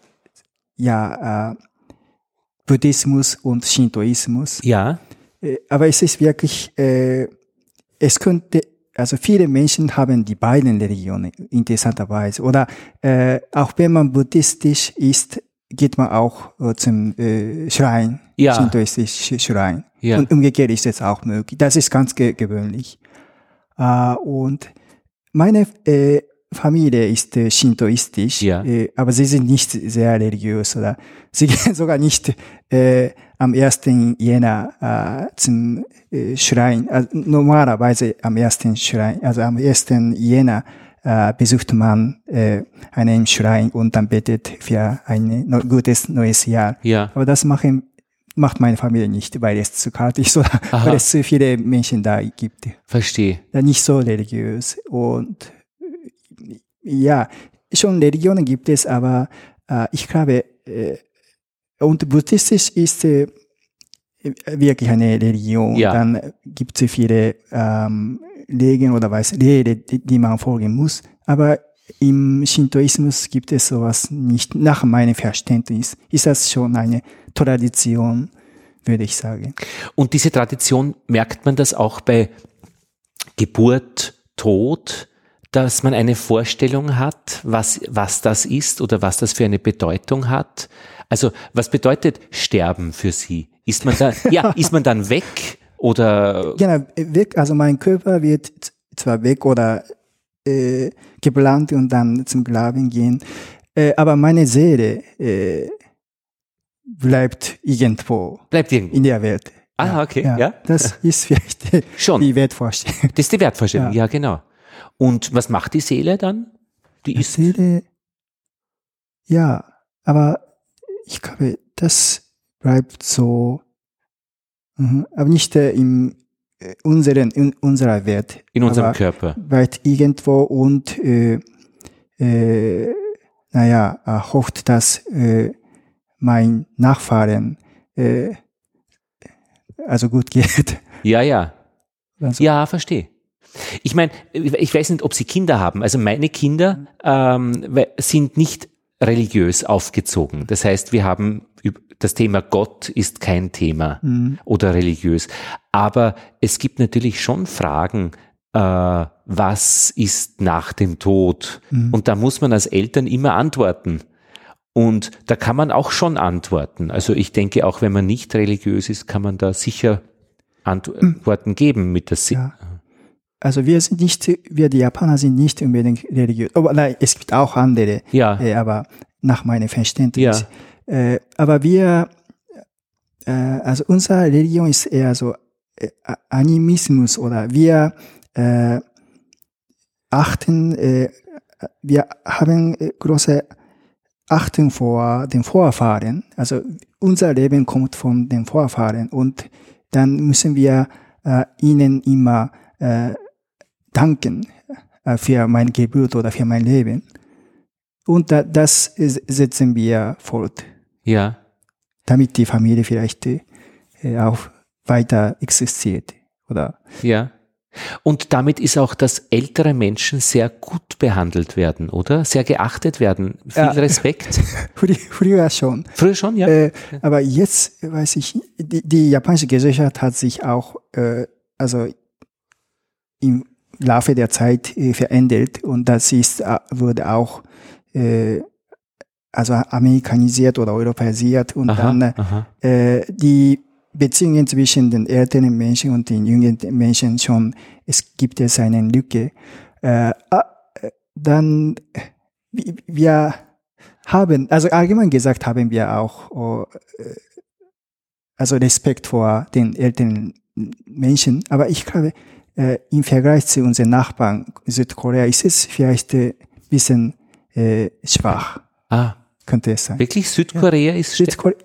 Buddhismus und Shintoismus. Ja. Aber es ist wirklich, also viele Menschen haben die beiden Religionen, interessanterweise. Oder auch wenn man buddhistisch ist, geht man auch zum Schrein, shintoistischen Schrein. Ja. Und umgekehrt ist es auch möglich. Das ist ganz gewöhnlich. Und meine Familie ist shintoistisch, aber sie sind nicht sehr religiös. Oder sie gehen sogar nicht am 1. Jänner zum Schrein. Also normalerweise am 1. Schrein, also am 1. Jänner besucht man einen Schrein und dann betet für ein gutes neues Jahr. Ja. Aber das macht meine Familie nicht, weil es zu kalt ist oder weil es zu viele Menschen da gibt. Verstehe. Nicht so religiös. Und ja, schon Religionen gibt es, aber ich glaube, und buddhistisch ist wirklich eine Religion. Ja. Dann gibt es viele Regeln oder Lehre, die man folgen muss. Aber im Shintoismus gibt es sowas nicht. Nach meinem Verständnis ist das schon eine Tradition, würde ich sagen. Und diese Tradition, merkt man das auch bei Geburt, Tod, dass man eine Vorstellung hat, was das ist oder was das für eine Bedeutung hat? Also, was bedeutet Sterben für Sie? Ist man dann weg oder? Genau, weg. Also mein Körper wird zwar weg oder geplant und dann zum Graben gehen, aber meine Seele bleibt irgendwo in der Welt. Ah, okay, ja. Das ist vielleicht die Wertvorstellung. Das ist die Wertvorstellung, ja, genau. Und was macht die Seele dann? Die Seele, ja, aber ich glaube, das bleibt so, aber nicht in unserer Welt. In unserem Körper. Bleibt irgendwo und, hofft, dass mein Nachfahren also gut geht. Ja. Also. Ja, verstehe. Ich meine, ich weiß nicht, ob Sie Kinder haben. Also meine Kinder sind nicht religiös aufgezogen. Das heißt, wir haben das Thema Gott ist kein Thema oder religiös. Aber es gibt natürlich schon Fragen, was ist nach dem Tod? Und da muss man als Eltern immer antworten. Und da kann man auch schon antworten. Also ich denke, auch wenn man nicht religiös ist, kann man da sicher Antworten geben mit der Also wir die Japaner sind nicht unbedingt religiös. Aber nein, es gibt auch andere, aber nach meinem Verständnis. Ja. Aber also unsere Religion ist eher so Animismus oder wir haben große Achtung vor den Vorfahren. Also unser Leben kommt von den Vorfahren und dann müssen wir ihnen immer danken für meine Geburt oder für mein Leben. Und das setzen wir fort. Ja. Damit die Familie vielleicht auch weiter existiert, oder? Ja. Und damit ist auch, dass ältere Menschen sehr gut behandelt werden, oder? Sehr geachtet werden. Viel Respekt. Früher schon. Früher schon, ja. Aber jetzt weiß ich, die japanische Gesellschaft hat sich auch, also im Laufe der Zeit verändert und das wurde auch, also amerikanisiert oder europäisiert und die Beziehungen zwischen den älteren Menschen und den jungen Menschen schon, es gibt es eine Lücke. Dann, wir haben, also allgemein gesagt haben wir auch, also Respekt vor den älteren Menschen, aber ich glaube, im Vergleich zu unseren Nachbarn Südkorea ist es vielleicht ein bisschen schwach. Könnte es sein. Wirklich? Südkorea ist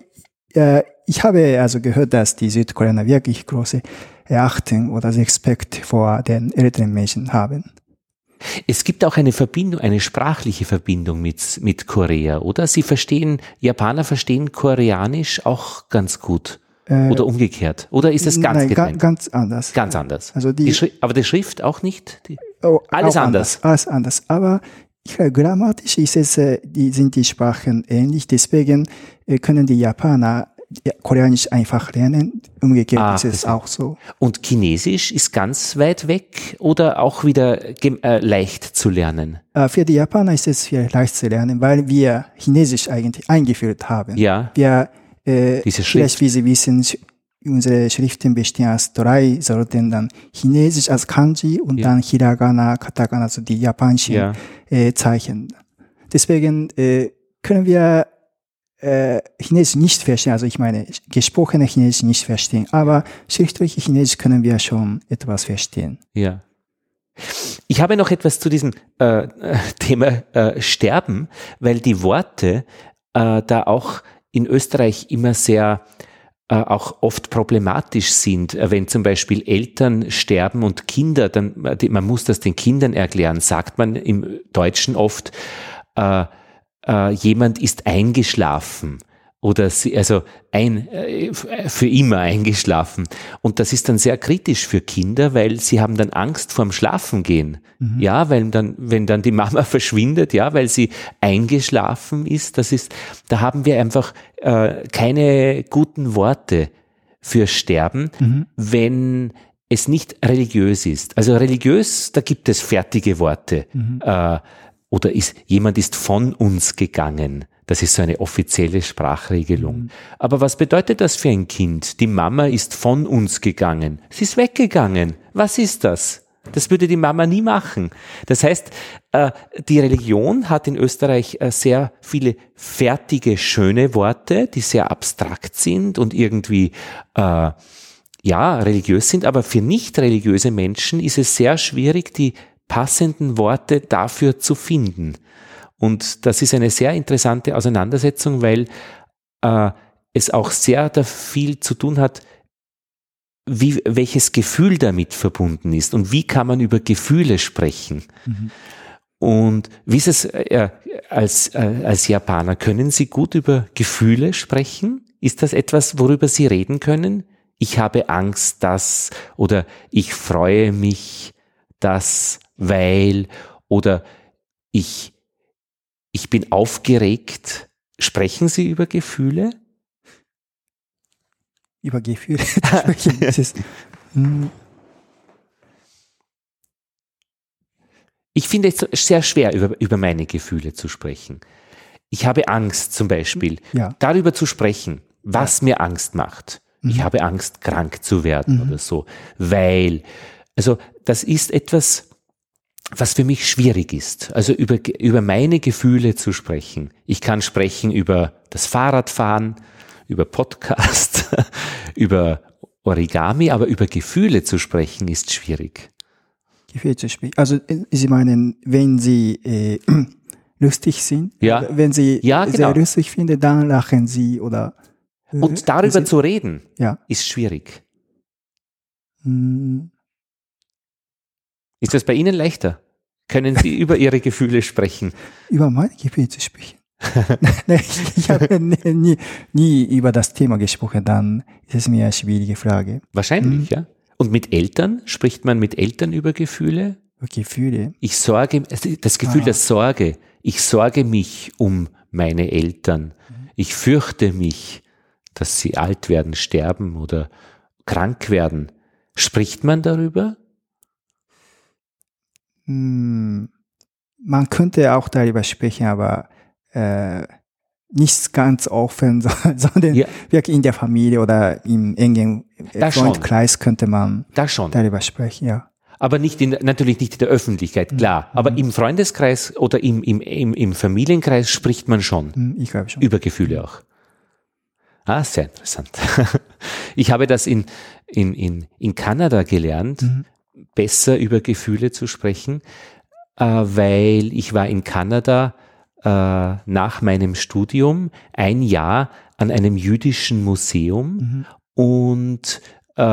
ich habe also gehört, dass die Südkoreaner wirklich große Achtung oder Respekt vor den älteren Menschen haben. Es gibt auch eine Verbindung, eine sprachliche Verbindung mit Korea, oder? Japaner verstehen Koreanisch auch ganz gut. Oder umgekehrt. Oder ist es ganz getrennt? Ganz anders. Ganz anders. Also aber die Schrift auch nicht? Alles anders. Alles anders. Aber grammatisch sind die Sprachen ähnlich. Deswegen können die Japaner Koreanisch einfach lernen. Umgekehrt ist es auch so. Und Chinesisch ist ganz weit weg oder auch wieder leicht zu lernen? Für die Japaner ist es viel leicht zu lernen, weil wir Chinesisch eigentlich eingeführt haben. Ja. Diese Schrift. Vielleicht, wie Sie wissen, unsere Schriften bestehen aus 3 Sorten, dann Chinesisch als Kanji und dann Hiragana, Katakana, also die japanischen Zeichen. Deswegen können wir Chinesisch nicht verstehen, also ich meine gesprochene Chinesisch nicht verstehen, aber schriftliche Chinesisch können wir schon etwas verstehen. Ja. Ich habe noch etwas zu diesem Thema Sterben, weil die Worte da auch in Österreich immer sehr auch oft problematisch sind, wenn zum Beispiel Eltern sterben und Kinder, man muss das den Kindern erklären, sagt man im Deutschen oft, jemand ist eingeschlafen oder für immer eingeschlafen. Und das ist dann sehr kritisch für Kinder, weil sie haben dann Angst vorm Schlafengehen. Mhm. Ja, wenn dann die Mama verschwindet, ja, weil sie eingeschlafen ist, da haben wir einfach keine guten Worte für Sterben, wenn es nicht religiös ist. Also religiös, da gibt es fertige Worte. Oder jemand ist von uns gegangen. Das ist so eine offizielle Sprachregelung. Aber was bedeutet das für ein Kind? Die Mama ist von uns gegangen. Sie ist weggegangen. Was ist das? Das würde die Mama nie machen. Das heißt, die Religion hat in Österreich sehr viele fertige, schöne Worte, die sehr abstrakt sind und irgendwie religiös sind. Aber für nicht religiöse Menschen ist es sehr schwierig, die passenden Worte dafür zu finden. Und das ist eine sehr interessante Auseinandersetzung, weil es auch sehr viel zu tun hat, welches Gefühl damit verbunden ist und wie kann man über Gefühle sprechen. Und wie ist es als Japaner? Können Sie gut über Gefühle sprechen? Ist das etwas, worüber Sie reden können? Ich habe Angst, dass, oder ich freue mich, dass, weil, oder ich bin aufgeregt. Sprechen Sie über Gefühle? Über Gefühle sprechen. Ich finde es sehr schwer, über meine Gefühle zu sprechen. Ich habe Angst zum Beispiel, darüber zu sprechen, was mir Angst macht. Ich habe Angst, krank zu werden oder so, weil, also das ist etwas, was für mich schwierig ist, also über meine Gefühle zu sprechen. Ich kann sprechen über das Fahrradfahren, über Podcast, über Origami, aber über Gefühle zu sprechen ist schwierig. Gefühle zu sprechen. Also Sie meinen, wenn Sie lustig sind, wenn Sie sehr lustig finden, dann lachen Sie oder... Und darüber zu reden, ist schwierig. Ist das bei Ihnen leichter? Können Sie über Ihre Gefühle sprechen? Über meine Gefühle zu sprechen? Nein, ich habe nie über das Thema gesprochen, dann ist es mir eine schwierige Frage. Wahrscheinlich, ja. Und mit Eltern? Spricht man mit Eltern über Gefühle? Gefühle? Das Gefühl der Sorge. Ich sorge mich um meine Eltern. Ich fürchte mich, dass sie alt werden, sterben oder krank werden. Spricht man darüber? Man könnte auch darüber sprechen, aber nicht ganz offen, sondern wirklich in der Familie oder im engen Freundkreis könnte man darüber sprechen, ja. Aber natürlich nicht in der Öffentlichkeit, klar. Aber im Freundeskreis oder im Familienkreis spricht man schon. Ich glaube schon. Über Gefühle auch. Sehr interessant. Ich habe das in Kanada gelernt, besser über Gefühle zu sprechen, weil ich war in Kanada nach meinem Studium ein Jahr an einem jüdischen Museum und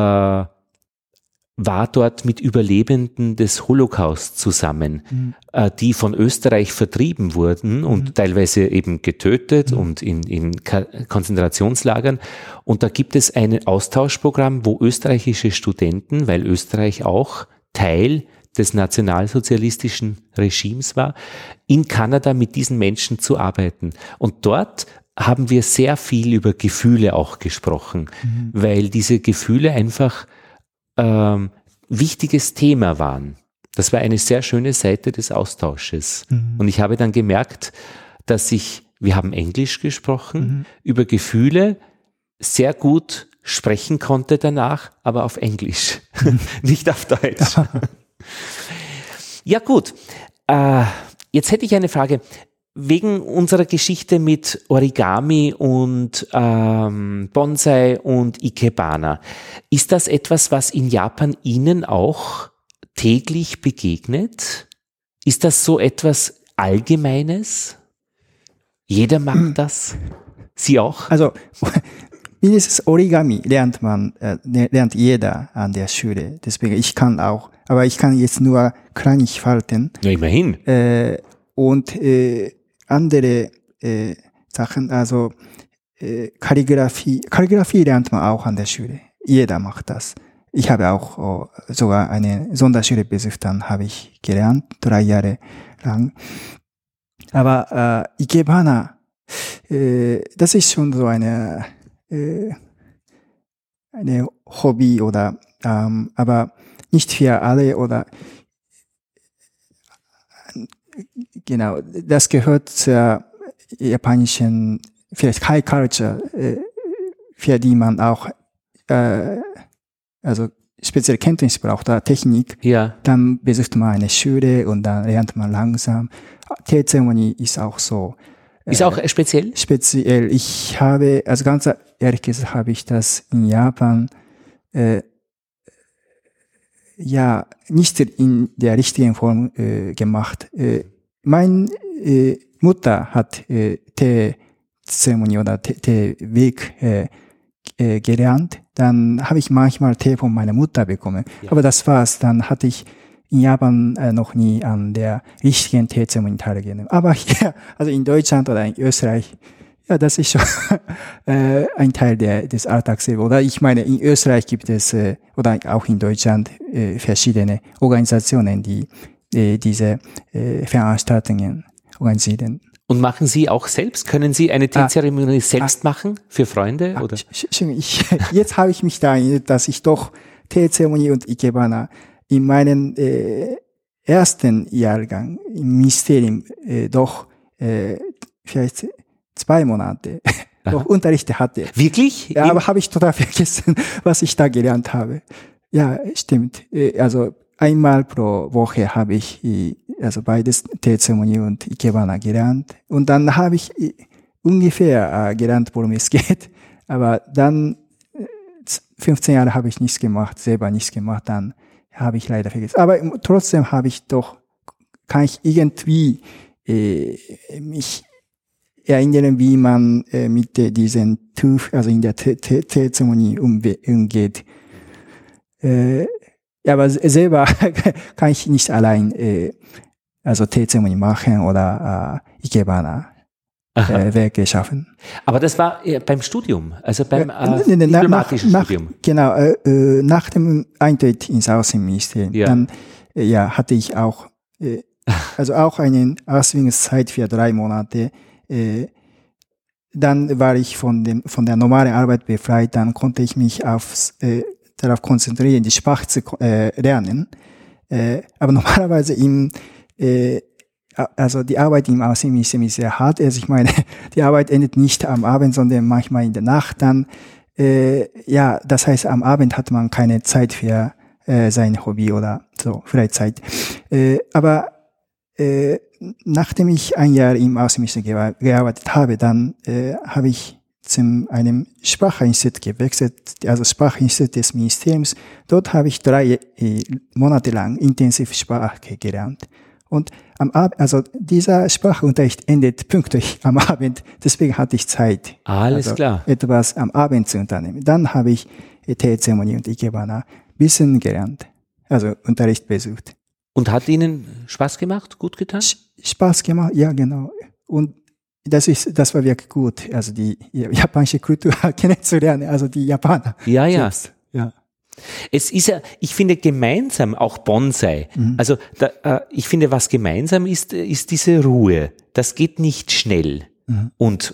war dort mit Überlebenden des Holocaust zusammen, die von Österreich vertrieben wurden und teilweise eben getötet und in Konzentrationslagern. Und da gibt es ein Austauschprogramm, wo österreichische Studenten, weil Österreich auch Teil des nationalsozialistischen Regimes war, in Kanada mit diesen Menschen zu arbeiten. Und dort haben wir sehr viel über Gefühle auch gesprochen, weil diese Gefühle einfach wichtiges Thema waren. Das war eine sehr schöne Seite des Austausches. Und ich habe dann gemerkt, dass wir haben Englisch gesprochen, über Gefühle sehr gut sprechen konnte danach, aber auf Englisch, nicht auf Deutsch. Ja gut, jetzt hätte ich eine Frage. Wegen unserer Geschichte mit Origami und Bonsai und Ikebana, ist das etwas, was in Japan Ihnen auch täglich begegnet? Ist das so etwas Allgemeines? Jeder macht das? Sie auch? Also mindestens Origami lernt jeder an der Schule. Deswegen, ich kann auch, aber ich kann jetzt nur Kleinigkeiten. Ja, immerhin. Und andere Sachen, also Kalligraphie lernt man auch an der Schule. Jeder macht das. Ich habe auch sogar eine Sonderschule besucht, dann habe ich gelernt, 3 Jahre lang. Aber Ikebana, das ist schon so eine Hobby oder aber nicht für alle oder genau, das gehört zur japanischen, vielleicht High Culture, für die man auch also spezielle Kenntnis braucht oder Technik. Ja. Dann besucht man eine Schule und dann lernt man langsam. Teezeremonie ist auch so. Ist auch speziell? Speziell. Ich habe, also ganz ehrlich gesagt, habe ich das in Japan ja nicht in der richtigen Form gemacht. Meine Mutter hat Teezeremonie oder Teeweg gelernt. Dann habe ich manchmal Tee von meiner Mutter bekommen. Ja. Aber das war's. Dann hatte ich in Japan noch nie an der richtigen Teezeremonie teilgenommen. Aber hier, also in Deutschland oder in Österreich, ja, das ist schon ein Teil des Alltagslebens. Oder ich meine, in Österreich gibt es, oder auch in Deutschland, verschiedene Organisationen, die diese Veranstaltungen organisieren. Und machen Sie auch selbst? Können Sie eine Teezeremonie selbst machen für Freunde? Oder? Jetzt habe ich mich da erinnert, dass ich doch Teezeremonie und Ikebana in meinem ersten Jahrgang im Ministerium doch vielleicht 2 Monate noch Unterricht hatte. Wirklich? Ja, aber habe ich total vergessen, was ich da gelernt habe. Ja, stimmt. Also einmal pro Woche habe ich also beides Teezeremonie und Ikebana gelernt. Und dann habe ich ungefähr gelernt, worum es geht. Aber dann 15 Jahre habe ich nichts gemacht, selber nichts gemacht. Dann habe ich leider vergessen. Aber trotzdem kann ich irgendwie mich erinnern, wie man mit diesen Tuch, also in der Teezeremonie umgeht. Ja, aber selber kann ich nicht allein also Teezeremonie machen oder Ikebana. Werke schaffen. Aber das war beim Studium, also beim diplomatischen Studium. Genau, nach dem Eintritt ins Außenministerium, dann hatte ich auch, also auch eine Ausbildungszeit für 3 Monate. Dann war ich von der normalen Arbeit befreit, dann konnte ich mich darauf konzentrieren, die Sprache zu lernen. Aber normalerweise also die Arbeit im Außenministerium ist sehr hart. Also ich meine, die Arbeit endet nicht am Abend, sondern manchmal in der Nacht. Dann, das heißt, am Abend hat man keine Zeit für sein Hobby oder so Freizeit. Aber nachdem ich 1 Jahr im Außenministerium gearbeitet habe, dann habe ich zu einem Sprachinstitut gewechselt, also Sprachinstitut des Ministeriums. Dort habe ich 3 Monate lang intensiv Sprache gelernt. Und also dieser Sprachunterricht endet pünktlich am Abend, deswegen hatte ich Zeit, Alles klar. etwas am Abend zu unternehmen. Dann habe ich Teezeremonie und Ikebana ein bisschen gelernt, also Unterricht besucht. Und hat Ihnen Spaß gemacht, gut getan? Spaß gemacht, ja genau. Und das war wirklich gut, also die japanische Kultur kennenzulernen, also die Japaner. Ja. Selbst. Ja. Es ist ja, ich finde gemeinsam auch Bonsai. Also ich finde, was gemeinsam ist diese Ruhe. Das geht nicht schnell und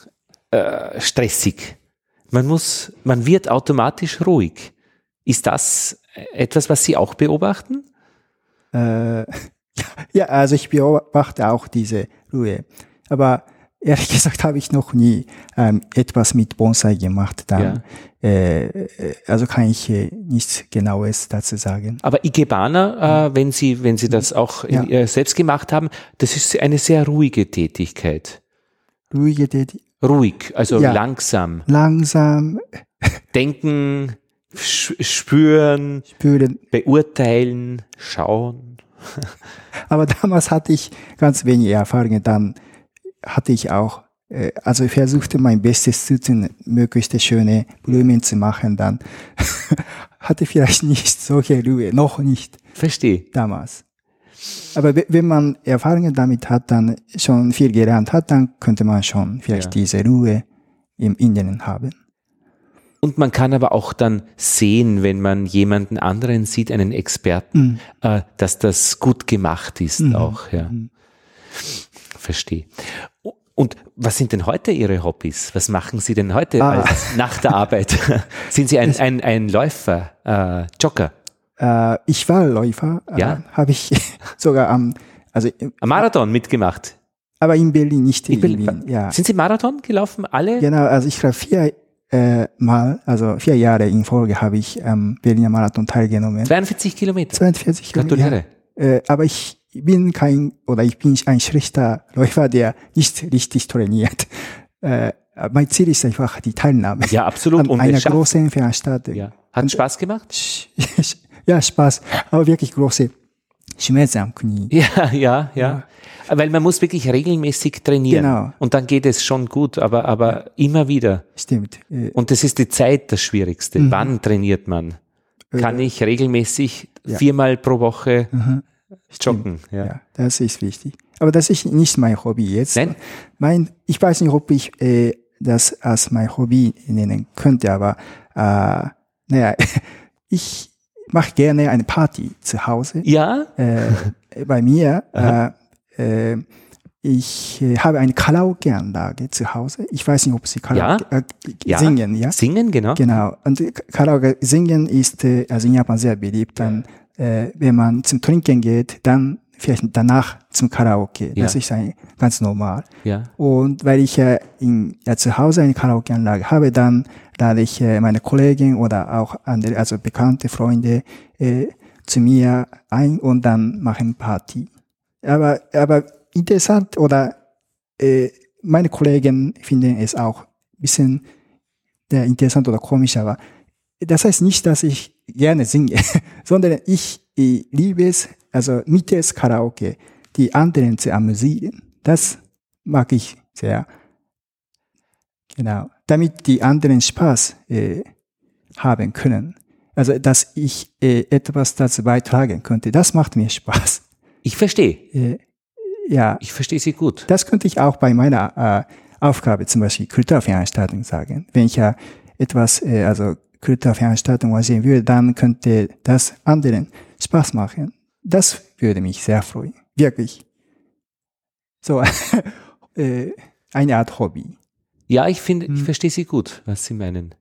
stressig. Man wird automatisch ruhig. Ist das etwas, was Sie auch beobachten? Ja, also ich beobachte auch diese Ruhe. Aber ehrlich gesagt habe ich noch nie etwas mit Bonsai gemacht. Dann, also kann ich nichts Genaues dazu sagen. Aber Ikebana, wenn Sie das auch selbst gemacht haben, das ist eine sehr ruhige Tätigkeit. Ruhige Tätigkeit? Ruhig, also langsam. Langsam. Denken, spüren, beurteilen, schauen. Aber damals hatte ich ganz wenige Erfahrungen. Dann hatte ich auch, also ich versuchte mein Bestes zu tun, möglichst schöne Blumen zu machen, dann hatte vielleicht nicht solche Ruhe, noch nicht. Verstehe. Damals. Aber wenn man Erfahrungen damit hat, dann schon viel gelernt hat, dann könnte man schon vielleicht diese Ruhe im Inneren haben. Und man kann aber auch dann sehen, wenn man jemanden anderen sieht, einen Experten, dass das gut gemacht ist auch, ja. Verstehe. Und was sind denn heute Ihre Hobbys? Was machen Sie denn heute nach der Arbeit? Sind Sie ein Läufer, Jogger? Ich war Läufer, habe ich sogar am Marathon mitgemacht. Aber in Berlin, nicht in Wien. Ja. Sind Sie Marathon gelaufen, alle? Genau, also ich glaube 4 Jahre in Folge habe ich am Berliner Marathon teilgenommen. 42 Kilometer? 42 Kilometer. Gratuliere. Ja. Aber ich bin ein schlechter Läufer, der nicht richtig trainiert. Mein Ziel ist einfach die Teilnahme. Ja, absolut. An einer großen Veranstaltung. Ja. Hat Spaß gemacht? Ja, Spaß. Aber wirklich große Schmerzen am Knie. Ja. Weil man muss wirklich regelmäßig trainieren. Genau. Und dann geht es schon gut, aber immer wieder. Stimmt. Und das ist die Zeit das Schwierigste. Wann trainiert man? Kann ich regelmäßig 4-mal pro Woche joggen? Ja, das ist wichtig. Aber das ist nicht mein Hobby jetzt. Nein? Ich weiß nicht, ob ich das als mein Hobby nennen könnte, aber ich mache gerne eine Party zu Hause. Ja? Bei mir. Ich habe eine Karaoke-Anlage zu Hause. Ich weiß nicht, ob Sie Karaoke singen, ja? Singen, genau. Genau. Und Karaoke singen ist also in Japan sehr beliebt. Dann, wenn man zum Trinken geht, dann vielleicht danach zum Karaoke. Das ist ganz normal. Ja. Und weil ich zu Hause eine Karaoke-Anlage habe, dann lade ich meine Kollegen oder auch andere, also bekannte Freunde zu mir ein und dann machen Party. Aber interessant oder meine Kollegen finden es auch ein bisschen interessant oder komisch, aber das heißt nicht, dass ich gerne singe, sondern ich liebe es, also mittels Karaoke die anderen zu amüsieren. Das mag ich sehr. Genau. Damit die anderen Spaß haben können. Also, dass ich etwas dazu beitragen könnte. Das macht mir Spaß. Ich verstehe. Ja. Ich verstehe Sie gut. Das könnte ich auch bei meiner Aufgabe, zum Beispiel Kulturveranstaltung sagen. Wenn ich ja etwas, also Kulturveranstaltung sehen würde, dann könnte das anderen Spaß machen. Das würde mich sehr freuen. Wirklich. So, eine Art Hobby. Ja, ich verstehe Sie gut, was Sie meinen.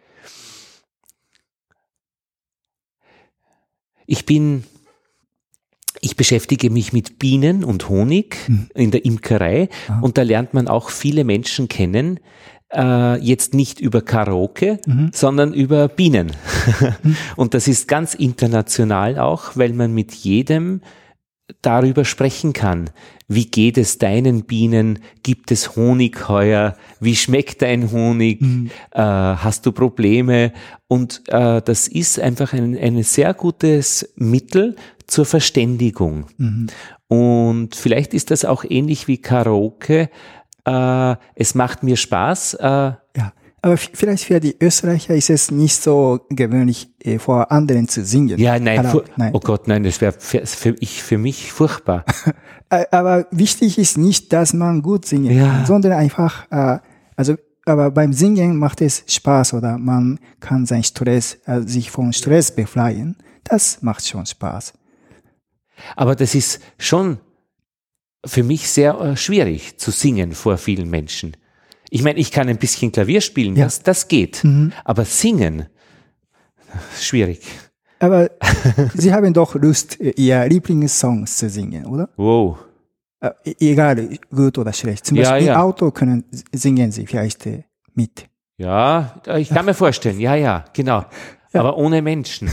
Ich beschäftige mich mit Bienen und Honig in der Imkerei und da lernt man auch viele Menschen kennen, jetzt nicht über Karaoke, sondern über Bienen. Und das ist ganz international auch, weil man mit jedem darüber sprechen kann. Wie geht es deinen Bienen? Gibt es Honig heuer? Wie schmeckt dein Honig? Hast du Probleme? Und das ist einfach ein sehr gutes Mittel zur Verständigung. Und vielleicht ist das auch ähnlich wie Karaoke. Es macht mir Spaß. Ja, aber vielleicht für die Österreicher ist es nicht so gewöhnlich, vor anderen zu singen. Ja, nein. Oh Gott, nein, das wäre für mich furchtbar. Aber wichtig ist nicht, dass man gut singen kann, sondern einfach, aber beim Singen macht es Spaß oder man kann sein Stress, sich von Stress befreien. Das macht schon Spaß. Aber das ist schon für mich sehr schwierig zu singen vor vielen Menschen. Ich meine, ich kann ein bisschen Klavier spielen, das geht. Aber singen, schwierig. Aber Sie haben doch Lust, Ihr Lieblingssongs zu singen, oder? Wow. Egal, gut oder schlecht. Zum Beispiel im Auto singen Sie vielleicht mit. Ja, ich kann mir vorstellen. Ja, genau. Ja. Aber ohne Menschen.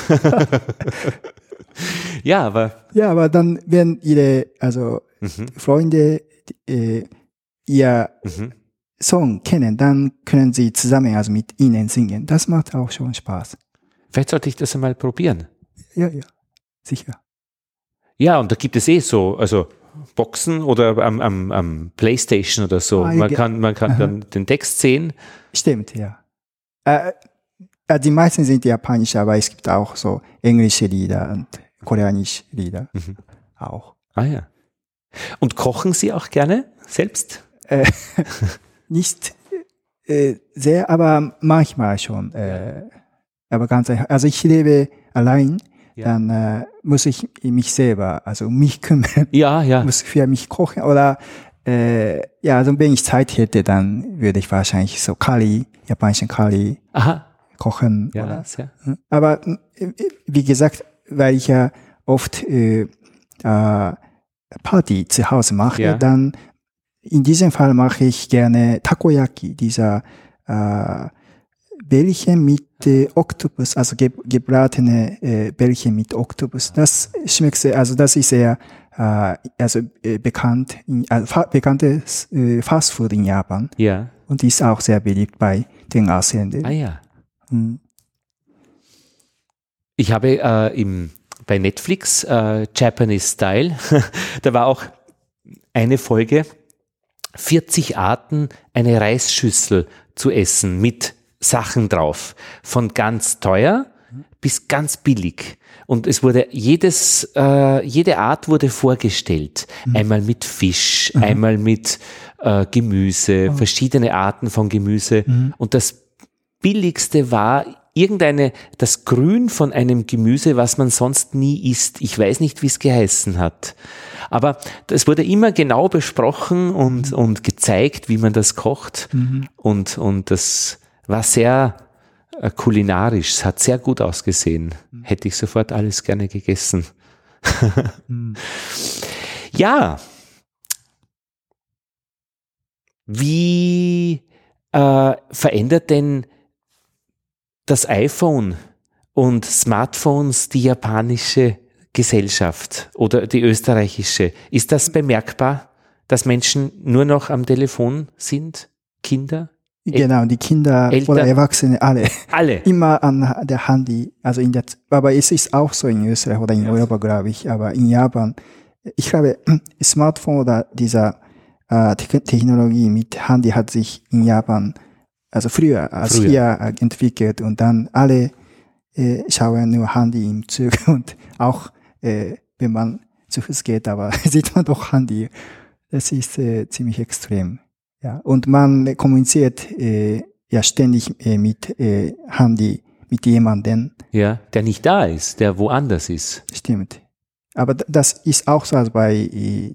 Ja, aber dann, wenn Ihre, Freunde, Ihr Song kennen, dann können Sie zusammen, mit Ihnen singen. Das macht auch schon Spaß. Vielleicht sollte ich das einmal probieren. Ja, sicher. Ja, und da gibt es so, Boxen oder am PlayStation oder so. Man kann dann den Text sehen. Stimmt, ja. Die meisten sind japanisch, aber es gibt auch so englische Lieder und koreanische Lieder auch. Ah ja. Und kochen Sie auch gerne selbst? Nicht sehr, aber manchmal schon. Aber ganz einfach. Also ich lebe allein, dann muss ich mich selber, um mich kümmern. Ja. Muss für mich kochen oder wenn ich Zeit hätte, dann würde ich wahrscheinlich so japanischen Curry kochen. Ja, oder. Sehr. Aber wie gesagt, weil ich ja oft Party zu Hause mache, dann in diesem Fall mache ich gerne Takoyaki, dieser Bällchen mit Oktopus, gebratene Bällchen mit Oktopus. Das schmeckt sehr, das ist sehr bekanntes Fastfood in Japan. Ja. Und ist auch sehr beliebt bei den Ausländern. Ah ja. Ich habe bei Netflix Japanese Style, da war auch eine Folge, 40 Arten, eine Reisschüssel zu essen mit Sachen drauf. Von ganz teuer bis ganz billig. Und es wurde jede Art wurde vorgestellt. Einmal mit Fisch, einmal mit Gemüse, verschiedene Arten von Gemüse. Und das Billigste war das Grün von einem Gemüse, was man sonst nie isst. Ich weiß nicht, wie es geheißen hat. Aber das wurde immer genau besprochen und gezeigt, wie man das kocht. Und das war sehr kulinarisch. Es hat sehr gut ausgesehen. Hätte ich sofort alles gerne gegessen. Ja. Wie verändert denn das iPhone und Smartphones die japanische Gesellschaft oder die österreichische? Ist das bemerkbar, dass Menschen nur noch am Telefon sind? Kinder? Genau, die Kinder Eltern, oder Erwachsene, alle. Immer an der Handy. Aber es ist auch so in Österreich oder in Europa, glaube ich. Aber in Japan, ich glaube, Smartphone oder dieser Technologie mit Handy hat sich in Japan früher hier entwickelt und dann alle schauen nur Handy im Zug und auch wenn man zu Fuß geht, aber sieht man doch Handy. Das ist ziemlich extrem. Ja, und man kommuniziert ja ständig mit Handy mit jemandem. Ja, der nicht da ist, der woanders ist. Stimmt. Aber das ist auch so, also bei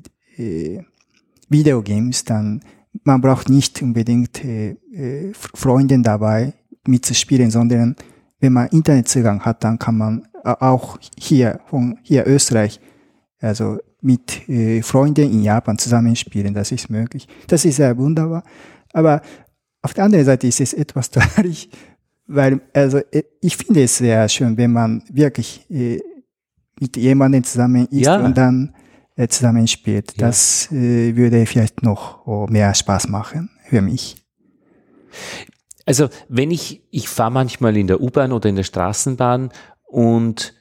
Videogames, dann man braucht nicht unbedingt Freunde dabei mitzuspielen, sondern wenn man Internetzugang hat, dann kann man auch von hier Österreich, also mit Freunden in Japan zusammenspielen. Das ist möglich. Das ist sehr wunderbar. Aber auf der anderen Seite ist es etwas traurig, weil also ich finde es sehr schön, wenn man wirklich mit jemandem zusammen ist und dann zusammenspielt. Ja. Das würde vielleicht noch mehr Spaß machen für mich. Also wenn ich fahre manchmal in der U-Bahn oder in der Straßenbahn und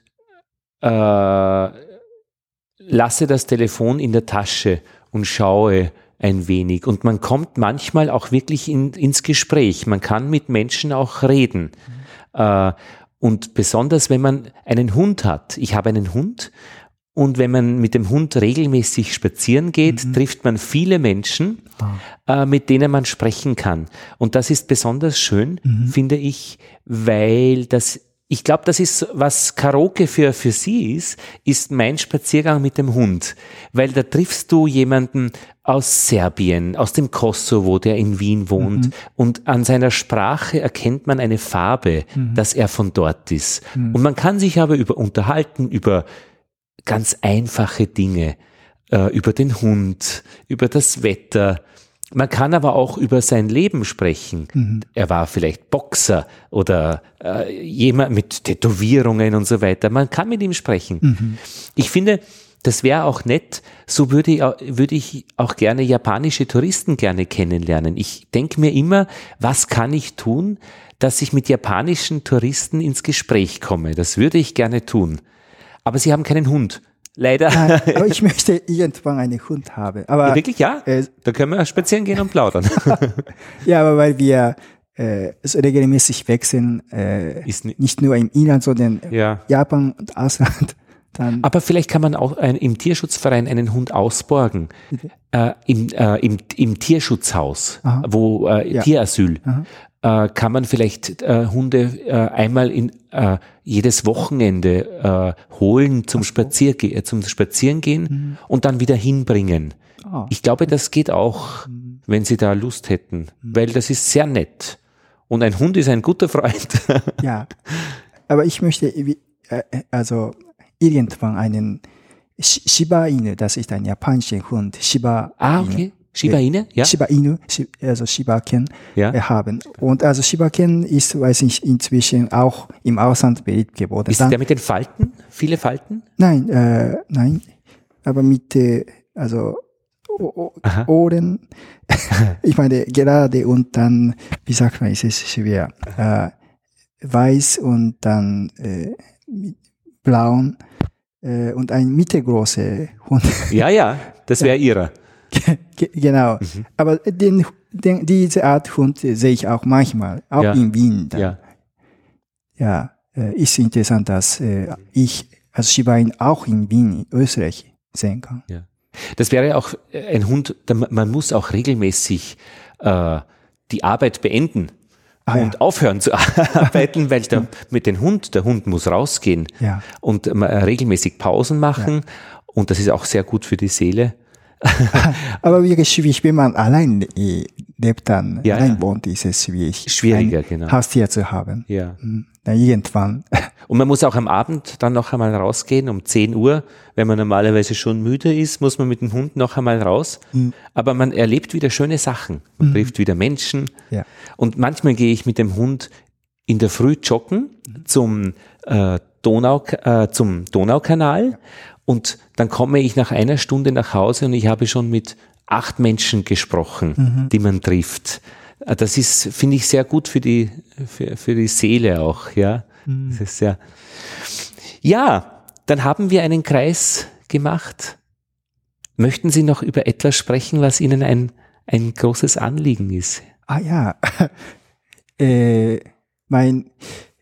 lasse das Telefon in der Tasche und schaue ein wenig. Und man kommt manchmal auch wirklich ins Gespräch. Man kann mit Menschen auch reden. Und besonders, wenn man einen Hund hat. Ich habe einen Hund. Und wenn man mit dem Hund regelmäßig spazieren geht, trifft man viele Menschen, mit denen man sprechen kann. Und das ist besonders schön, finde ich, weil ich glaube, das ist, was Karaoke für sie ist mein Spaziergang mit dem Hund. Weil da triffst du jemanden aus Serbien, aus dem Kosovo, der in Wien wohnt. Und an seiner Sprache erkennt man eine Farbe, dass er von dort ist. Und man kann sich aber unterhalten über ganz einfache Dinge, über den Hund, über das Wetter. Man kann aber auch über sein Leben sprechen. Er war vielleicht Boxer oder jemand mit Tätowierungen und so weiter. Man kann mit ihm sprechen. Ich finde, das wäre auch nett, so würde ich auch gerne japanische Touristen gerne kennenlernen. Ich denke mir immer, was kann ich tun, dass ich mit japanischen Touristen ins Gespräch komme? Das würde ich gerne tun. Aber sie haben keinen Hund. Leider. Nein, aber ich möchte irgendwann einen Hund haben. Aber, ja, wirklich, ja? Da können wir spazieren gehen und plaudern. Ja, aber weil wir regelmäßig wechseln, nicht nur im Inland, sondern Japan und Ausland. Dann aber vielleicht kann man auch im Tierschutzverein einen Hund ausborgen. Im Tierschutzhaus, wo Tierasyl. Kann man vielleicht Hunde einmal jedes Wochenende holen zum Spazierengehen und dann wieder hinbringen. Ich glaube, das geht auch, wenn Sie da Lust hätten, weil das ist sehr nett. Und ein Hund ist ein guter Freund. Ja, aber ich möchte also irgendwann einen Shiba Inu, das ist ein japanischer Hund, Shiba Inu. Okay. Shiba Inu? Ja. Shiba Inu, also Shiba-Ken haben. Und also Shiba-Ken ist, weiß ich, inzwischen auch im Ausland beliebt geworden. Ist der mit den Falten? Viele Falten? Nein, nein. Aber mit, also Ohren. Ich meine, gerade und dann, wie sagt man, ist es schwer. Weiß und dann braun und ein mittelgroßer Hund. Ja, das wäre ihrer. Genau. Aber diese Art Hund sehe ich auch manchmal, auch in Wien. Ja, ist interessant, dass ich als Shiba Inu auch in Wien, Österreich, sehen kann. Ja. Das wäre auch ein Hund, man muss auch regelmäßig die Arbeit beenden und aufhören zu arbeiten, weil der Hund muss rausgehen und regelmäßig Pausen machen und das ist auch sehr gut für die Seele. Aber wirklich, wenn man allein lebt, dann allein wohnt, ist es schwieriger, ein Haustier zu haben. Ja. Dann irgendwann. Und man muss auch am Abend dann noch einmal rausgehen, um 10 Uhr. Wenn man normalerweise schon müde ist, muss man mit dem Hund noch einmal raus. Aber man erlebt wieder schöne Sachen. Man trifft wieder Menschen. Ja. Und manchmal gehe ich mit dem Hund in der Früh joggen zum Donaukanal. Und dann komme ich nach einer Stunde nach Hause und ich habe schon mit 8 Menschen gesprochen, die man trifft. Das ist, finde ich, sehr gut für die Seele auch, ja. Das ist sehr. Ja, dann haben wir einen Kreis gemacht. Möchten Sie noch über etwas sprechen, was Ihnen ein großes Anliegen ist? Ja, mein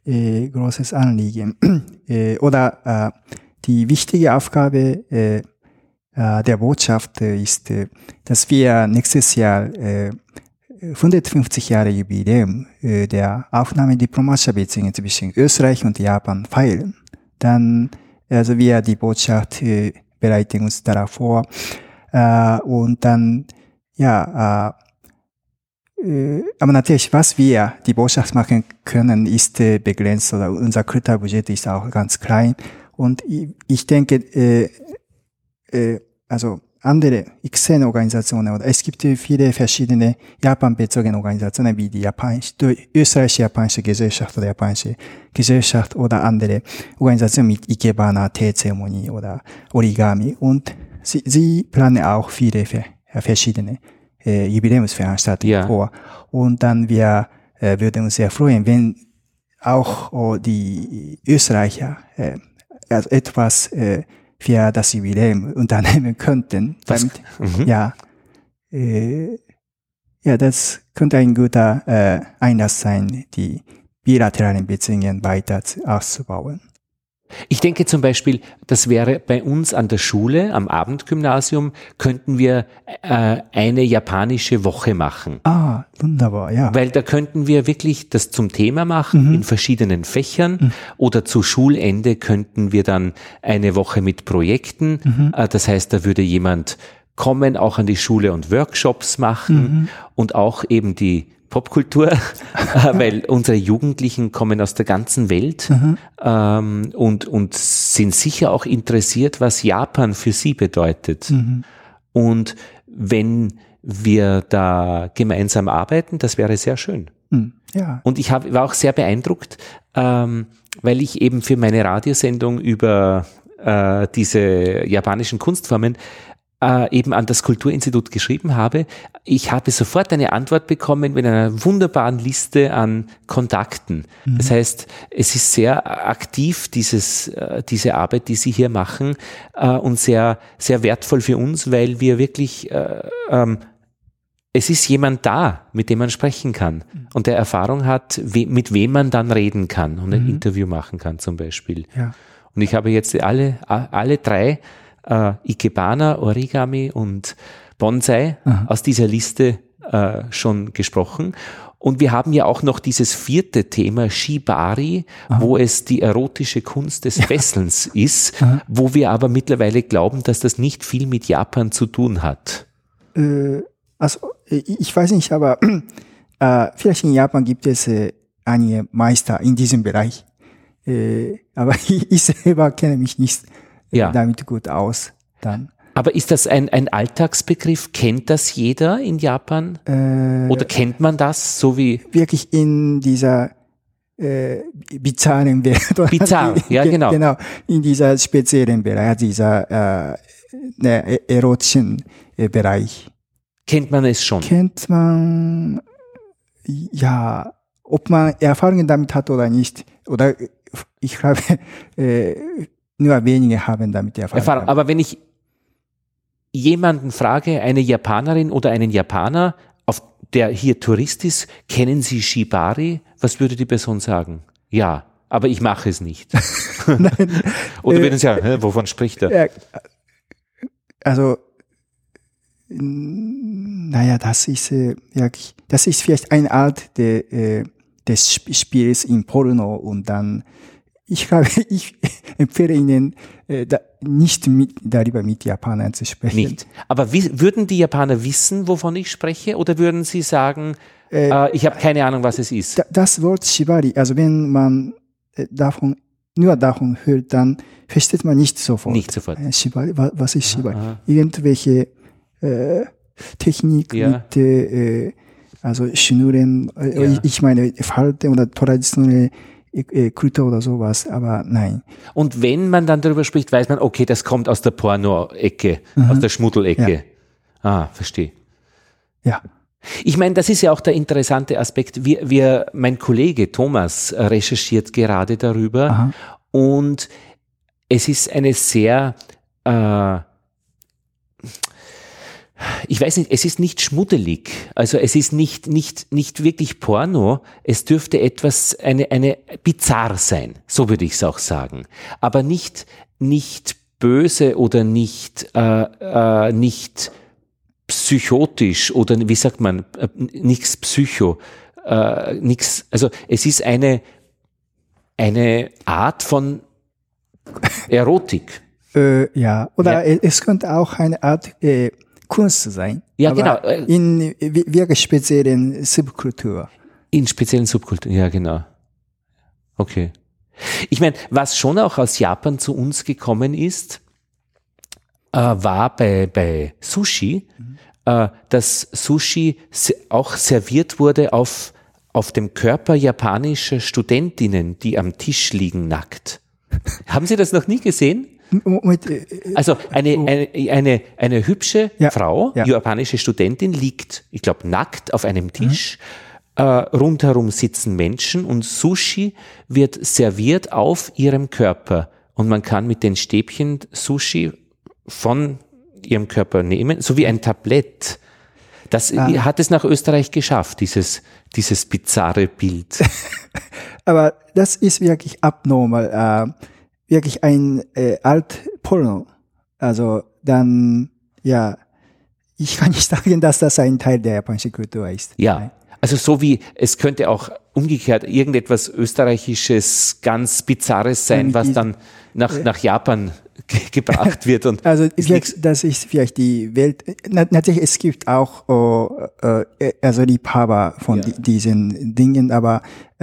großes Anliegen oder die wichtige Aufgabe der Botschaft ist, dass wir nächstes Jahr 150 Jahre Jubiläum der Aufnahme diplomatischer Beziehungen zwischen Österreich und Japan feiern. Dann, also wir die Botschaft bereiten uns darauf vor. Und dann, aber natürlich, was wir die Botschaft machen können, ist begrenzt, oder unser Kulturbudget ist auch ganz klein. Und ich denke, also andere externe Organisationen, oder es gibt viele verschiedene Japan-bezogene Organisationen, wie die österreichische-japanische Gesellschaft oder japanische Gesellschaft oder andere Organisationen mit Ikebana, Teezeremonie oder Origami. Und sie planen auch viele verschiedene Jubiläumsveranstaltungen vor. Und dann wir würden uns sehr freuen, wenn auch die Österreicher also etwas für das Jubiläum unternehmen könnten. Damit, das könnte ein guter Einlass sein, die bilateralen Beziehungen weiter auszubauen. Ich denke zum Beispiel, das wäre bei uns an der Schule, am Abendgymnasium, könnten wir eine japanische Woche machen. Ah, wunderbar, ja. Weil da könnten wir wirklich das zum Thema machen, in verschiedenen Fächern, oder zu Schulende könnten wir dann eine Woche mit Projekten. Das heißt, da würde jemand kommen, auch an die Schule und Workshops machen und auch eben die Popkultur, weil unsere Jugendlichen kommen aus der ganzen Welt und sind sicher auch interessiert, was Japan für sie bedeutet. Und wenn wir da gemeinsam arbeiten, das wäre sehr schön. Ja. Und ich war auch sehr beeindruckt, weil ich eben für meine Radiosendung über diese japanischen Kunstformen eben an das Kulturinstitut geschrieben habe. Ich habe sofort eine Antwort bekommen mit einer wunderbaren Liste an Kontakten. Das heißt, es ist sehr aktiv, diese Arbeit, die Sie hier machen, und sehr, sehr wertvoll für uns, weil wir wirklich, es ist jemand da, mit dem man sprechen kann und der Erfahrung hat, mit wem man dann reden kann und ein Interview machen kann zum Beispiel. Ja. Und ich habe jetzt alle drei Ikebana, Origami und Bonsai aus dieser Liste schon gesprochen. Und wir haben ja auch noch dieses 4. Thema, Shibari, wo es die erotische Kunst des Fesselns ist, wo wir aber mittlerweile glauben, dass das nicht viel mit Japan zu tun hat. Also ich weiß nicht, aber vielleicht in Japan gibt es einige Meister in diesem Bereich. Aber ich selber kenne mich nicht damit gut aus. Dann. Aber ist das ein Alltagsbegriff? Kennt das jeder in Japan? Oder kennt man das so wie? Wirklich in dieser bizarren Welt. Bizarr, ja genau. Genau, in dieser speziellen Bereich, dieser erotischen Bereich. Kennt man es schon? Kennt man, ja, ob man Erfahrungen damit hat oder nicht. Oder ich glaube, nur wenige haben damit Erfahrung. Aber wenn ich jemanden frage, eine Japanerin oder einen Japaner, der hier Tourist ist, kennen Sie Shibari? Was würde die Person sagen? Ja, aber ich mache es nicht. Nein, oder würden Sie sagen, wovon spricht er? Also, naja, das ist vielleicht eine Art des Spiels in Porno, und dann ich empfehle Ihnen, nicht darüber mit Japanern zu sprechen. Nicht. Aber würden die Japaner wissen, wovon ich spreche? Oder würden sie sagen, ich habe keine Ahnung, was es ist? Das Wort Shibari, also wenn man nur davon hört, dann versteht man nicht sofort. Nicht sofort. Shibari, was ist Shibari? Irgendwelche Technik mit also Schnüren, ich meine Falten oder traditionelle Kultur oder sowas, aber nein. Und wenn man dann darüber spricht, weiß man, okay, das kommt aus der Porno-Ecke, aus der Schmuddelecke. Ja. Verstehe. Ja. Ich meine, das ist ja auch der interessante Aspekt. Mein Kollege Thomas recherchiert gerade darüber und es ist eine sehr ich weiß nicht, es ist nicht schmuddelig, also es ist nicht wirklich Porno, es dürfte eine bizarr sein, so würde ich es auch sagen, aber nicht böse oder nicht psychotisch oder wie sagt man, nichts Psycho, nichts, also es ist eine Art von Erotik. Ja, oder es könnte auch eine Art Kunst sein. Ja, genau. In wirklich speziellen Subkultur. In speziellen Subkulturen, ja, genau. Okay. Ich meine, was schon auch aus Japan zu uns gekommen ist, war bei Sushi, dass Sushi auch serviert wurde auf dem Körper japanischer Studentinnen, die am Tisch liegen nackt. Haben Sie das noch nie gesehen? Also eine hübsche Frau, japanische Studentin, liegt, ich glaube, nackt auf einem Tisch. Rundherum sitzen Menschen und Sushi wird serviert auf ihrem Körper. Und man kann mit den Stäbchen Sushi von ihrem Körper nehmen, so wie ein Tablett. Das hat es nach Österreich geschafft, dieses bizarre Bild. Aber das ist wirklich abnormal. Wirklich ein Altporno. Also dann, ja, ich kann nicht sagen, dass das ein Teil der japanischen Kultur ist. Ja. Nein. Also so wie, es könnte auch umgekehrt irgendetwas Österreichisches, ganz Bizarres sein, was dann nach Japan gebracht wird. Und also das ist vielleicht die Welt, natürlich es gibt auch also Liebhaber von diesen Dingen, aber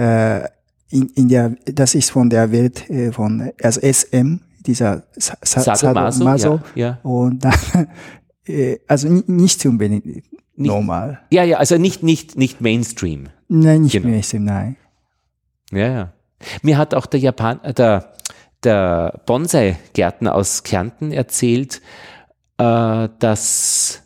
das ist von der Welt also SM, dieser Sadomaso, ja. Und dann, also nicht unbedingt normal. Ja, also nicht Mainstream. Nein, nicht Mainstream, nein. Ja. Mir hat auch der Bonsai-Gärtner aus Kärnten erzählt, dass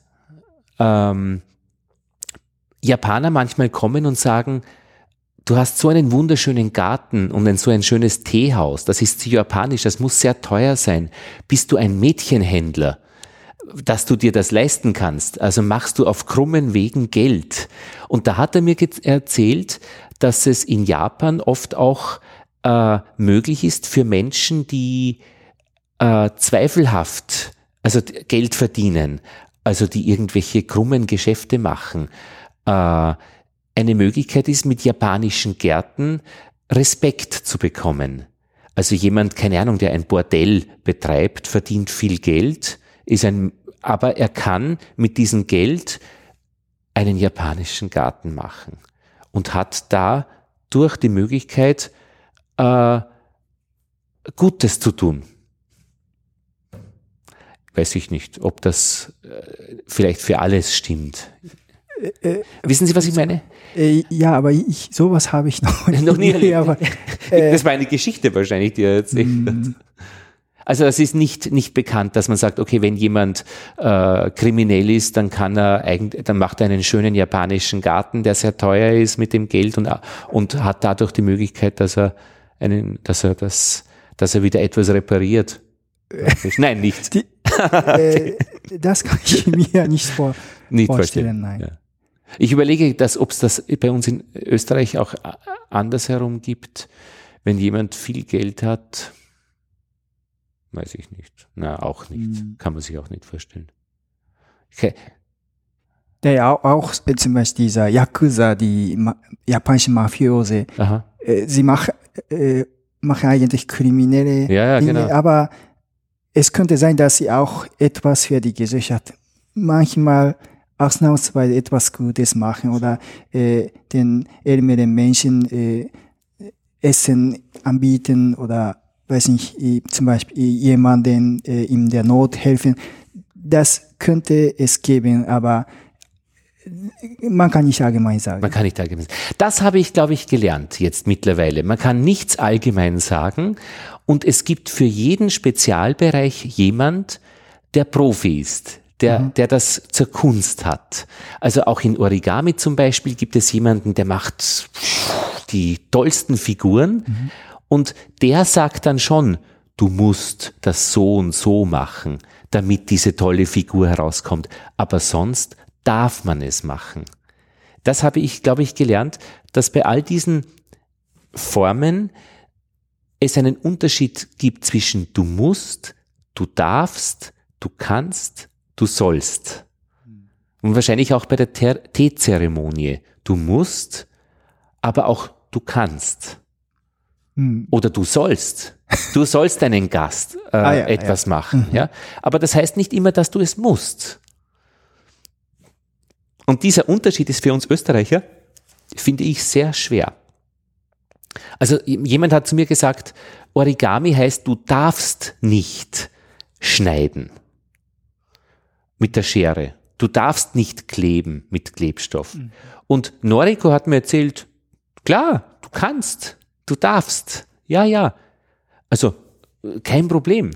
Japaner manchmal kommen und sagen, du hast so einen wunderschönen Garten und so ein schönes Teehaus, das ist japanisch, das muss sehr teuer sein. Bist du ein Mädchenhändler, dass du dir das leisten kannst? Also machst du auf krummen Wegen Geld. Und da hat er mir erzählt, dass es in Japan oft auch möglich ist für Menschen, die zweifelhaft, also Geld verdienen, also die irgendwelche krummen Geschäfte machen. Eine Möglichkeit ist, mit japanischen Gärten Respekt zu bekommen. Also jemand, keine Ahnung, der ein Bordell betreibt, verdient viel Geld, aber er kann mit diesem Geld einen japanischen Garten machen und hat dadurch die Möglichkeit, Gutes zu tun. Weiß ich nicht, ob das vielleicht für alles stimmt. Wissen Sie, was ich meine? Ja, aber sowas habe ich noch nie erlebt. Aber, das war eine Geschichte wahrscheinlich, die er erzählt hat. Also es ist nicht bekannt, dass man sagt, okay, wenn jemand kriminell ist, dann dann macht er einen schönen japanischen Garten, der sehr teuer ist mit dem Geld und hat dadurch die Möglichkeit, dass er wieder etwas repariert. Nein, nicht. Das kann ich mir nicht vorstellen. Nein. Ja. Ich überlege, ob es das bei uns in Österreich auch andersherum gibt, wenn jemand viel Geld hat. Weiß ich nicht. Na, auch nicht. Kann man sich auch nicht vorstellen. Okay. Ja, auch zum Beispiel dieser Yakuza, die japanischen Mafiose, sie machen eigentlich kriminelle Dinge, genau. Aber es könnte sein, dass sie auch etwas für die Gesellschaft manchmal ausnahmsweise etwas Gutes machen oder den ärmeren Menschen Essen anbieten oder weiß nicht, zum Beispiel jemanden in der Not helfen. Das könnte es geben, aber man kann nicht allgemein sagen. Man kann nicht allgemein sagen. Das habe ich, glaube ich, gelernt jetzt mittlerweile. Man kann nichts allgemein sagen und es gibt für jeden Spezialbereich jemand, der Profi ist, der das zur Kunst hat. Also auch in Origami zum Beispiel gibt es jemanden, der macht die tollsten Figuren und der sagt dann schon, du musst das so und so machen, damit diese tolle Figur herauskommt. Aber sonst darf man es machen. Das habe ich, glaube ich, gelernt, dass bei all diesen Formen es einen Unterschied gibt zwischen du musst, du darfst, du kannst, du sollst. Und wahrscheinlich auch bei der Teezeremonie. Du musst, aber auch du kannst. Oder du sollst. Du sollst deinen Gast etwas machen. Ja? Aber das heißt nicht immer, dass du es musst. Und dieser Unterschied ist für uns Österreicher, finde ich, sehr schwer. Also jemand hat zu mir gesagt, Origami heißt, du darfst nicht schneiden mit der Schere. Du darfst nicht kleben mit Klebstoff. Und Noriko hat mir erzählt, klar, du kannst, du darfst. Ja. Also kein Problem.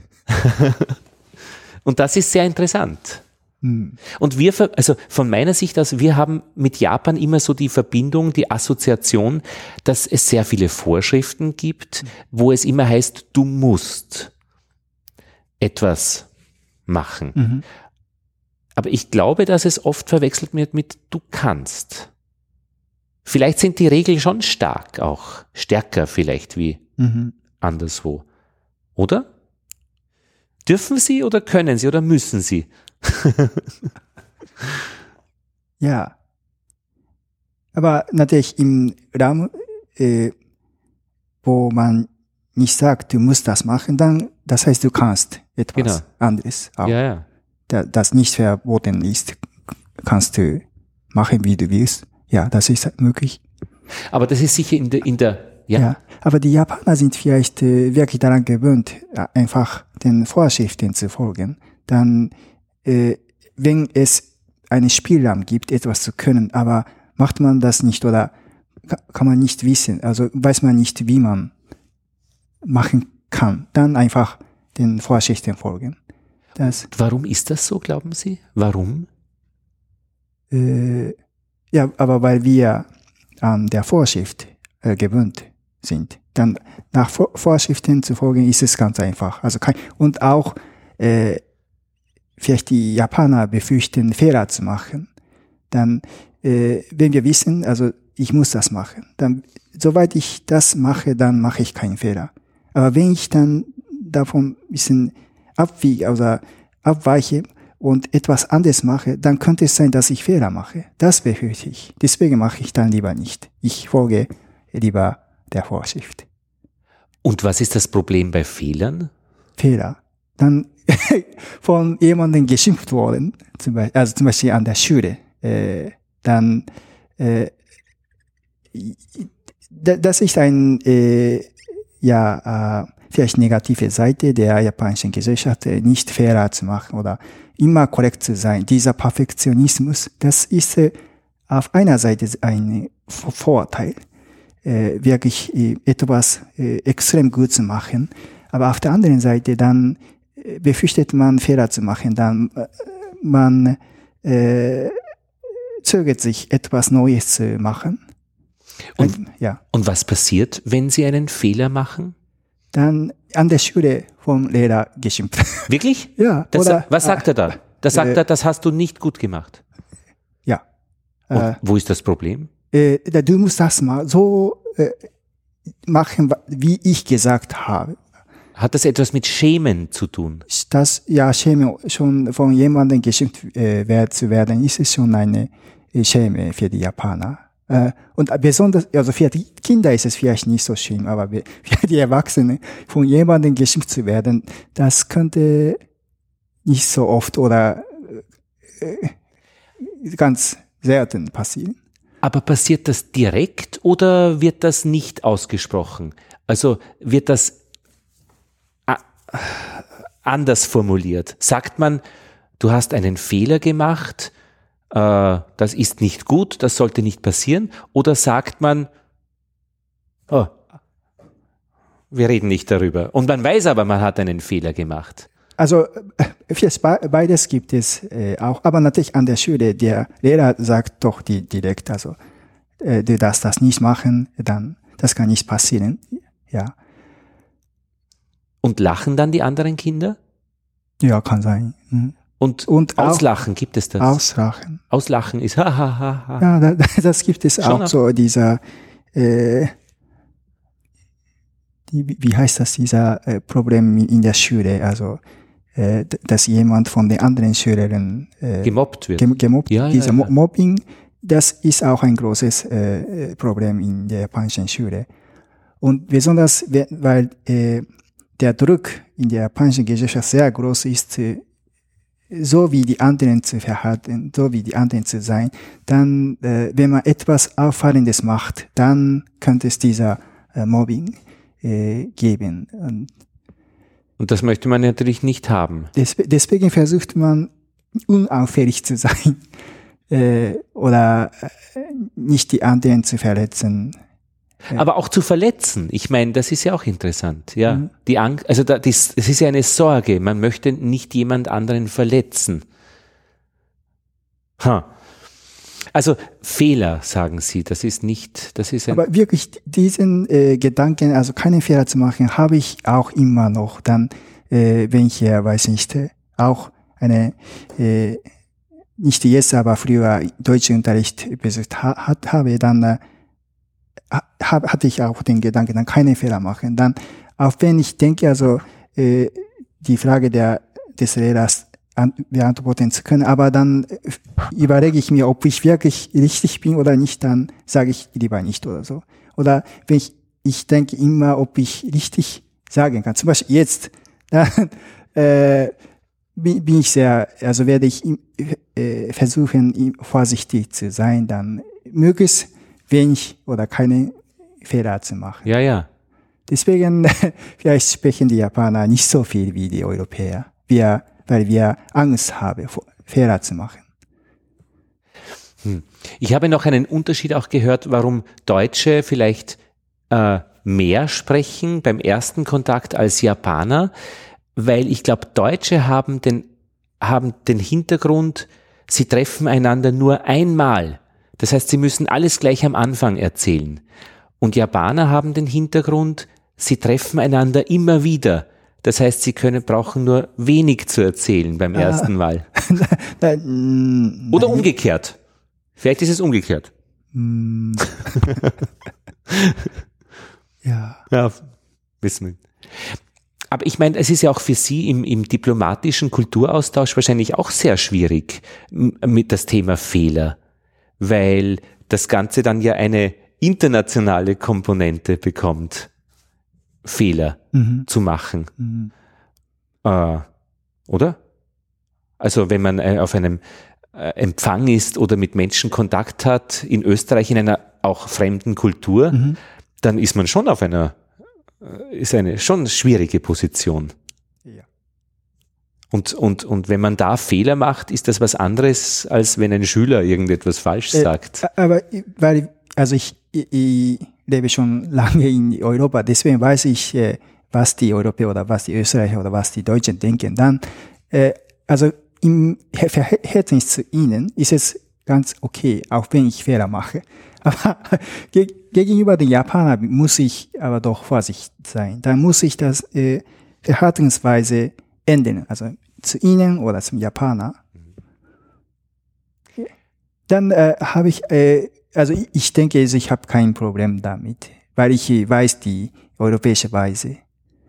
Und das ist sehr interessant. Und also von meiner Sicht aus, wir haben mit Japan immer so die Verbindung, die Assoziation, dass es sehr viele Vorschriften gibt, wo es immer heißt, du musst etwas machen. Aber ich glaube, dass es oft verwechselt wird mit du kannst. Vielleicht sind die Regeln schon stark auch, stärker vielleicht wie anderswo. Oder? Dürfen sie oder können sie oder müssen sie? Ja. Aber natürlich im Rahmen, wo man nicht sagt, du musst das machen, dann, das heißt, du kannst etwas anderes auch. Ja. Das nicht verboten ist, kannst du machen, wie du willst. Ja, das ist möglich. Aber das ist sicher in der ja, aber die Japaner sind vielleicht wirklich daran gewöhnt, einfach den Vorschriften zu folgen. Dann, wenn es einen Spielraum gibt, etwas zu können, aber macht man das nicht oder kann man nicht wissen, also weiß man nicht, wie man machen kann, dann einfach den Vorschriften folgen. Warum ist das so, glauben Sie? Warum? Ja, aber weil wir an der Vorschrift gewöhnt sind. Dann nach Vorschriften zu folgen, ist es ganz einfach. Also und auch vielleicht die Japaner befürchten, Fehler zu machen. Dann, wenn wir wissen, also ich muss das machen, dann, soweit ich das mache, dann mache ich keinen Fehler. Aber wenn ich dann davon ein bisschen abweiche und etwas anderes mache, dann könnte es sein, dass ich Fehler mache. Das befürchte ich. Deswegen mache ich dann lieber nicht. Ich folge lieber der Vorschrift. Und was ist das Problem bei Fehlern? Fehler. Dann von jemandem geschimpft worden, zum Beispiel an der Schule. Dann das ist vielleicht negative Seite der japanischen Gesellschaft, nicht Fehler zu machen oder immer korrekt zu sein. Dieser Perfektionismus, das ist auf einer Seite ein Vorteil, wirklich etwas extrem gut zu machen. Aber auf der anderen Seite dann befürchtet man, Fehler zu machen, dann man zögert sich, etwas Neues zu machen. Und was passiert, wenn Sie einen Fehler machen? Dann an der Schule vom Lehrer geschimpft. Wirklich? Ja. Was sagt er da? Da sagt er, das hast du nicht gut gemacht. Ja. Und wo ist das Problem? Du musst das mal so machen, wie ich gesagt habe. Hat das etwas mit Schämen zu tun? Schäme, schon von jemandem geschimpft zu werden, ist es schon eine Schäme für die Japaner. Und besonders, also für die Kinder ist es vielleicht nicht so schlimm, aber für die Erwachsenen, von jemandem geschimpft zu werden, das könnte nicht so oft oder ganz selten passieren. Aber passiert das direkt oder wird das nicht ausgesprochen? Also wird das anders formuliert? Sagt man, du hast einen Fehler gemacht, das ist nicht gut, das sollte nicht passieren? Oder sagt man, oh, wir reden nicht darüber. Und man weiß aber, man hat einen Fehler gemacht. Also beides gibt es auch, aber natürlich an der Schule, der Lehrer sagt doch direkt, also du darfst das nicht machen, dann das kann nicht passieren. Ja. Und lachen dann die anderen Kinder? Ja, kann sein. Mhm. Und Auslachen, gibt es das? Auslachen. Auslachen ist ha. Ja, das gibt es schon auch so, wie heißt das, dieser Problem in der Schule, also dass jemand von den anderen Schülern gemobbt wird. Gemobbt, dieser Mobbing, das ist auch ein großes Problem in der japanischen Schule. Und besonders, weil der Druck in der japanischen Gesellschaft sehr groß ist, so wie die anderen zu verhalten, so wie die anderen zu sein, dann, wenn man etwas Auffallendes macht, dann könnte es dieser Mobbing geben. Und das möchte man natürlich nicht haben. Deswegen versucht man, unauffällig zu sein oder nicht die anderen zu verletzen. Aber auch zu verletzen. Ich meine, das ist ja auch interessant. Ja, die Angst, also es ist ja eine Sorge. Man möchte nicht jemand anderen verletzen. Also Fehler, sagen Sie, das ist aber wirklich diesen Gedanken, also keinen Fehler zu machen, habe ich auch immer noch. Dann, wenn ich weiß nicht, auch eine nicht jetzt, aber früher Deutschunterricht besucht habe, dann hatte ich auch den Gedanken, dann keine Fehler machen. Dann, auch wenn ich denke, also die Frage des Lehrers beantworten zu können, aber dann überlege ich mir, ob ich wirklich richtig bin oder nicht, dann sage ich lieber nicht oder so. Oder wenn ich denke immer, ob ich richtig sagen kann. Zum Beispiel jetzt, dann bin ich also werde ich versuchen, vorsichtig zu sein, dann möglichst wenig oder keine Fehler zu machen. Ja, ja. Deswegen, vielleicht sprechen die Japaner nicht so viel wie die Europäer. Weil wir Angst haben, Fehler zu machen. Ich habe noch einen Unterschied auch gehört, warum Deutsche vielleicht mehr sprechen beim ersten Kontakt als Japaner, weil ich glaube, Deutsche haben den Hintergrund, sie treffen einander nur einmal. Das heißt, sie müssen alles gleich am Anfang erzählen. Und Japaner haben den Hintergrund, sie treffen einander immer wieder. Das heißt, sie brauchen nur wenig zu erzählen beim ersten Mal. Oder umgekehrt. Vielleicht ist es umgekehrt. Ja, wissen wir. Aber ich meine, es ist ja auch für Sie im diplomatischen Kulturaustausch wahrscheinlich auch sehr schwierig mit das Thema Fehler, weil das Ganze dann ja eine internationale Komponente bekommt, Fehler zu machen. Oder? Also wenn man auf einem Empfang ist oder mit Menschen Kontakt hat, in Österreich in einer auch fremden Kultur, dann ist man schon ist eine schon schwierige Position. Ja. Und wenn man da Fehler macht, ist das was anderes, als wenn ein Schüler irgendetwas falsch sagt. Aber ich lebe schon lange in Europa, deswegen weiß ich, was die Europäer oder was die Österreicher oder was die Deutschen denken. Dann, also im Verhältnis zu ihnen ist es ganz okay, auch wenn ich Fehler mache. Aber gegenüber den Japanern muss ich aber doch vorsichtig sein. Dann muss ich das Verhaltensweise ändern, also zu ihnen oder zum Japaner. Dann habe ich, also ich denke, ich habe kein Problem damit, weil ich weiß die europäische Weise.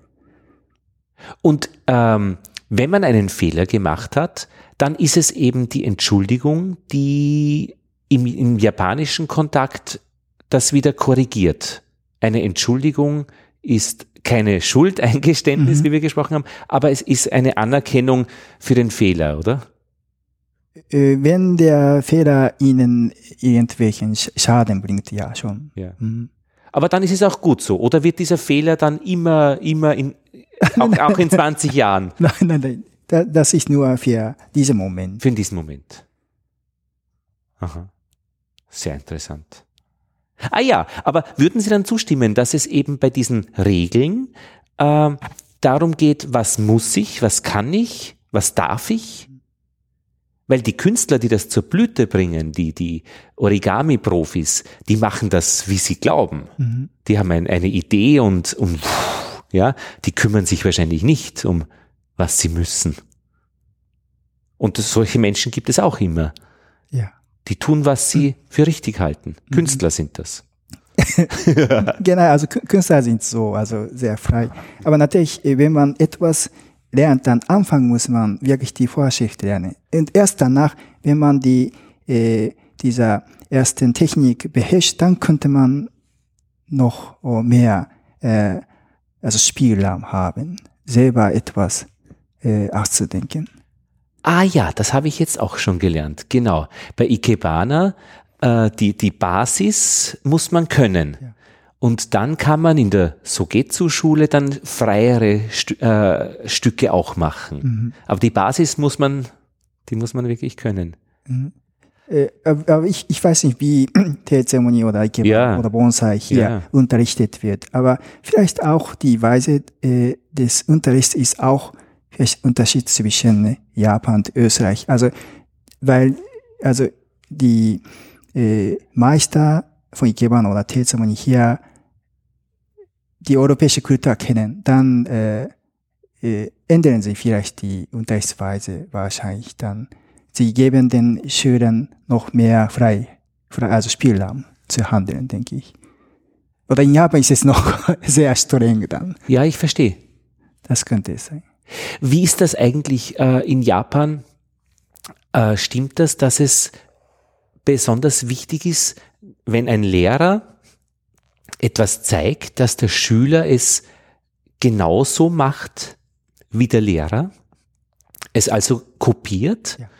Und wenn man einen Fehler gemacht hat, dann ist es eben die Entschuldigung, die im japanischen Kontakt das wieder korrigiert. Eine Entschuldigung ist keine Schuldeingeständnis, wie wir gesprochen haben, aber es ist eine Anerkennung für den Fehler, oder? Wenn der Fehler Ihnen irgendwelchen Schaden bringt, ja schon. Ja. Aber dann ist es auch gut so. Oder wird dieser Fehler dann immer auch in 20 Jahren? Nein. Das ist nur für diesen Moment. Für diesen Moment. Aha. Sehr interessant. Ja, aber würden Sie dann zustimmen, dass es eben bei diesen Regeln darum geht, was muss ich, was kann ich, was darf ich? Weil die Künstler, die das zur Blüte bringen, die Origami-Profis, die machen das, wie sie glauben. Die haben eine Idee und ja, die kümmern sich wahrscheinlich nicht um, was sie müssen. Und solche Menschen gibt es auch immer. Ja. Die tun, was sie für richtig halten. Künstler sind das. Genau, also Künstler sind so, also sehr frei. Aber natürlich, wenn man etwas lernt, dann Anfang muss man wirklich die Vorschrift lernen. Und erst danach, wenn man dieser ersten Technik beherrscht, dann könnte man noch mehr also Spielraum haben, selber etwas auszudenken. Ah ja, das habe ich jetzt auch schon gelernt. Genau. Bei Ikebana, die Basis muss man können. Ja. Und dann kann man in der Sogetsu-Schule dann freiere Stücke auch machen. Mhm. Aber die Basis muss man wirklich können. Mhm. Aber ich weiß nicht, wie Teezeremonie oder Ikebana oder Bonsai hier unterrichtet wird. Aber vielleicht auch die Weise des Unterrichts ist auch vielleicht Unterschied zwischen Japan und Österreich. Also, weil, die Meister von Ikebana oder Teezeremonie hier die europäische Kultur kennen, dann ändern sie vielleicht die Unterrichtsweise wahrscheinlich dann. Sie geben den Schülern noch mehr also Spielraum zu handeln, denke ich. Oder in Japan ist es noch sehr streng dann. Ja, ich verstehe. Das könnte es sein. Wie ist das eigentlich in Japan? Stimmt das, dass es besonders wichtig ist, wenn ein Lehrer etwas zeigt, dass der Schüler es genauso macht wie der Lehrer? Es also kopiert? Ja.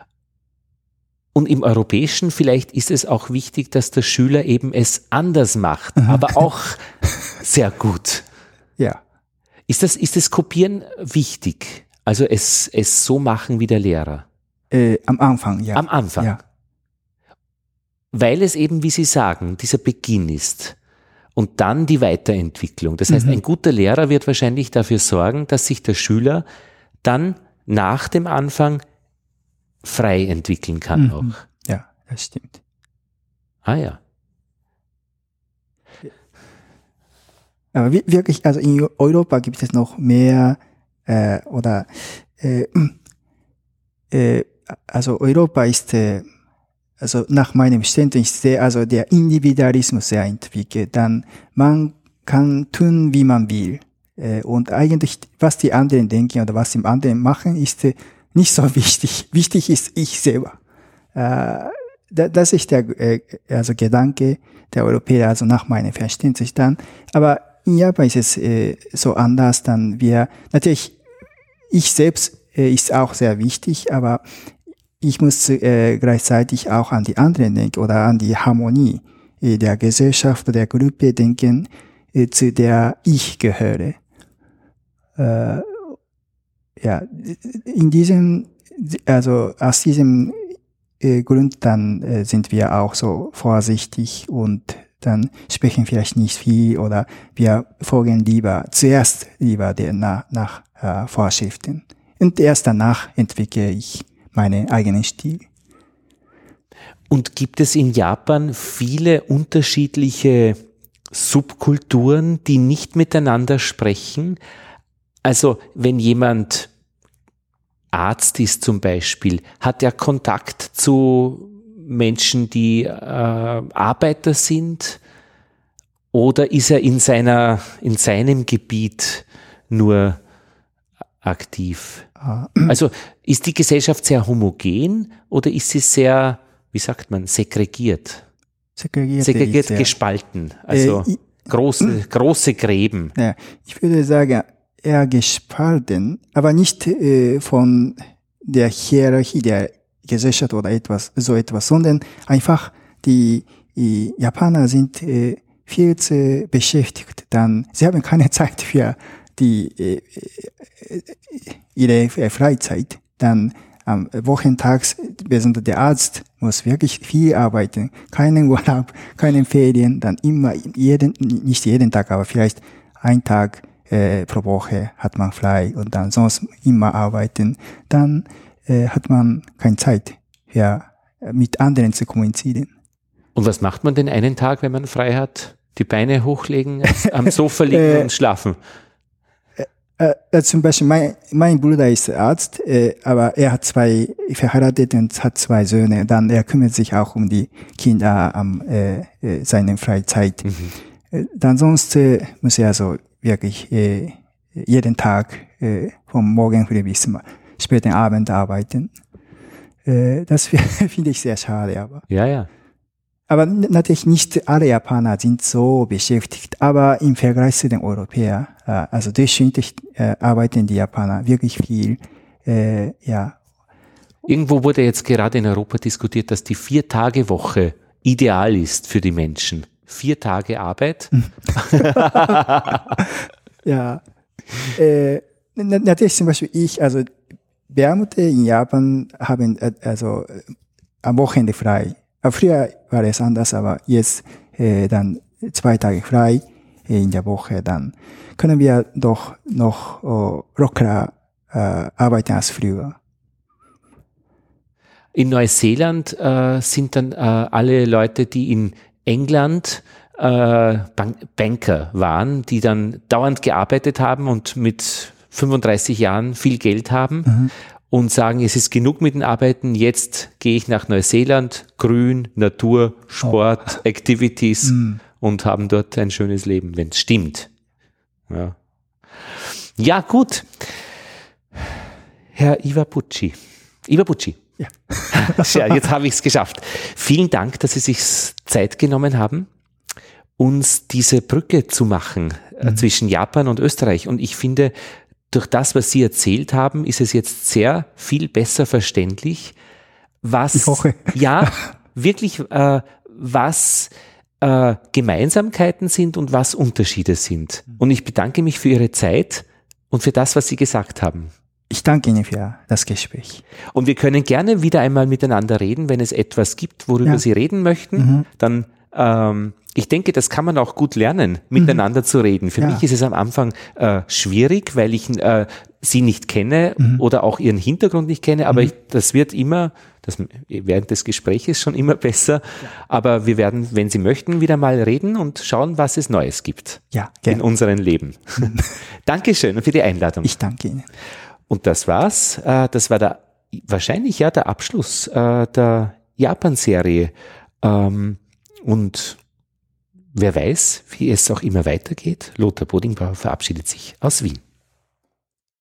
Und im Europäischen vielleicht ist es auch wichtig, dass der Schüler eben es anders macht, aber auch sehr gut. Ja. Ist das Kopieren wichtig? Also es so machen wie der Lehrer? Am Anfang, ja. Am Anfang? Ja. Weil es eben, wie Sie sagen, dieser Beginn ist. Und dann die Weiterentwicklung. Das heißt, ein guter Lehrer wird wahrscheinlich dafür sorgen, dass sich der Schüler dann nach dem Anfang frei entwickeln kann auch. Ja, das stimmt. Ah ja. Aber wirklich, also in Europa gibt es noch mehr also Europa ist also nach meinem Verständnis also der Individualismus sehr entwickelt. Dann man kann tun, wie man will. Und eigentlich, was die anderen denken oder was die anderen machen, ist nicht so wichtig. Wichtig ist ich selber. Das ist der also Gedanke der Europäer, also nach meinem Verständnis dann. Aber in Japan ist es so anders, dann natürlich, ich selbst ist auch sehr wichtig, aber ich muss gleichzeitig auch an die anderen denken oder an die Harmonie der Gesellschaft, der Gruppe denken, zu der ich gehöre. Ja, also aus diesem Grund dann sind wir auch so vorsichtig und dann sprechen vielleicht nicht viel oder wir folgen zuerst lieber nach Vorschriften. Und erst danach entwickle ich meinen eigenen Stil. Und gibt es in Japan viele unterschiedliche Subkulturen, die nicht miteinander sprechen? Also wenn jemand Arzt ist zum Beispiel, hat er Kontakt zu Menschen, die Arbeiter sind? Oder ist er in seinem Gebiet nur aktiv? Also ist die Gesellschaft sehr homogen oder ist sie sehr, wie sagt man, segregiert? Segregiert, gespalten, also große Gräben. Ja, ich würde sagen, eher gespalten, aber nicht von der Hierarchie der Gesellschaft oder so etwas, sondern einfach die Japaner sind viel zu beschäftigt. Dann sie haben keine Zeit für ihre Freizeit. Dann am Wochentags, besonders der Arzt muss wirklich viel arbeiten, keinen Urlaub, keinen Ferien, dann immer nicht jeden Tag, aber vielleicht einen Tag pro Woche hat man frei und dann sonst immer arbeiten. Dann hat man keine Zeit, mit anderen zu kommunizieren. Und was macht man denn einen Tag, wenn man frei hat? Die Beine hochlegen, am Sofa liegen und schlafen? Zum Beispiel mein Bruder ist Arzt, aber er hat verheiratet und hat 2 Söhne. Dann er kümmert sich auch um die Kinder seiner Freizeit. Dann sonst muss er so wirklich jeden Tag vom Morgen früh bis zum späten Abend arbeiten. Das finde ich sehr schade, aber. Ja. Aber natürlich nicht alle Japaner sind so beschäftigt, aber im Vergleich zu den Europäern, also durchschnittlich arbeiten die Japaner wirklich viel, ja. Irgendwo wurde jetzt gerade in Europa diskutiert, dass die 4-Tage-Woche ideal ist für die Menschen. 4 Tage Arbeit. Ja. Natürlich zum Beispiel also Beamte in Japan haben also am Wochenende frei. Früher war es anders, aber jetzt dann 2 Tage frei in der Woche. Dann können wir doch noch lockerer arbeiten als früher. In Neuseeland sind dann alle Leute, die in England Banker waren, die dann dauernd gearbeitet haben und mit 35 Jahren viel Geld haben. Und sagen, es ist genug mit dem Arbeiten, jetzt gehe ich nach Neuseeland, grün, Natur, Sport, Activities und haben dort ein schönes Leben, wenn es stimmt. Ja, gut. Herr Iwabuchi. Ja. Ja, jetzt habe ich es geschafft. Vielen Dank, dass Sie sich Zeit genommen haben, uns diese Brücke zu machen zwischen Japan und Österreich. Und ich finde, durch das, was Sie erzählt haben, ist es jetzt sehr viel besser verständlich, was, ich hoffe. Ja, wirklich, was Gemeinsamkeiten sind und was Unterschiede sind. Und ich bedanke mich für Ihre Zeit und für das, was Sie gesagt haben. Ich danke Ihnen für das Gespräch. Und wir können gerne wieder einmal miteinander reden, wenn es etwas gibt, worüber Sie reden möchten, dann ich denke, das kann man auch gut lernen, miteinander zu reden. Für mich ist es am Anfang schwierig, weil ich Sie nicht kenne oder auch Ihren Hintergrund nicht kenne, aber das wird während des Gesprächs schon immer besser. Ja. Aber wir werden, wenn Sie möchten, wieder mal reden und schauen, was es Neues gibt in unserem Leben. Dankeschön für die Einladung. Ich danke Ihnen. Und das war's. Das war wahrscheinlich der Abschluss der Japan-Serie. Und wer weiß, wie es auch immer weitergeht. Lothar Bodingbauer verabschiedet sich aus Wien.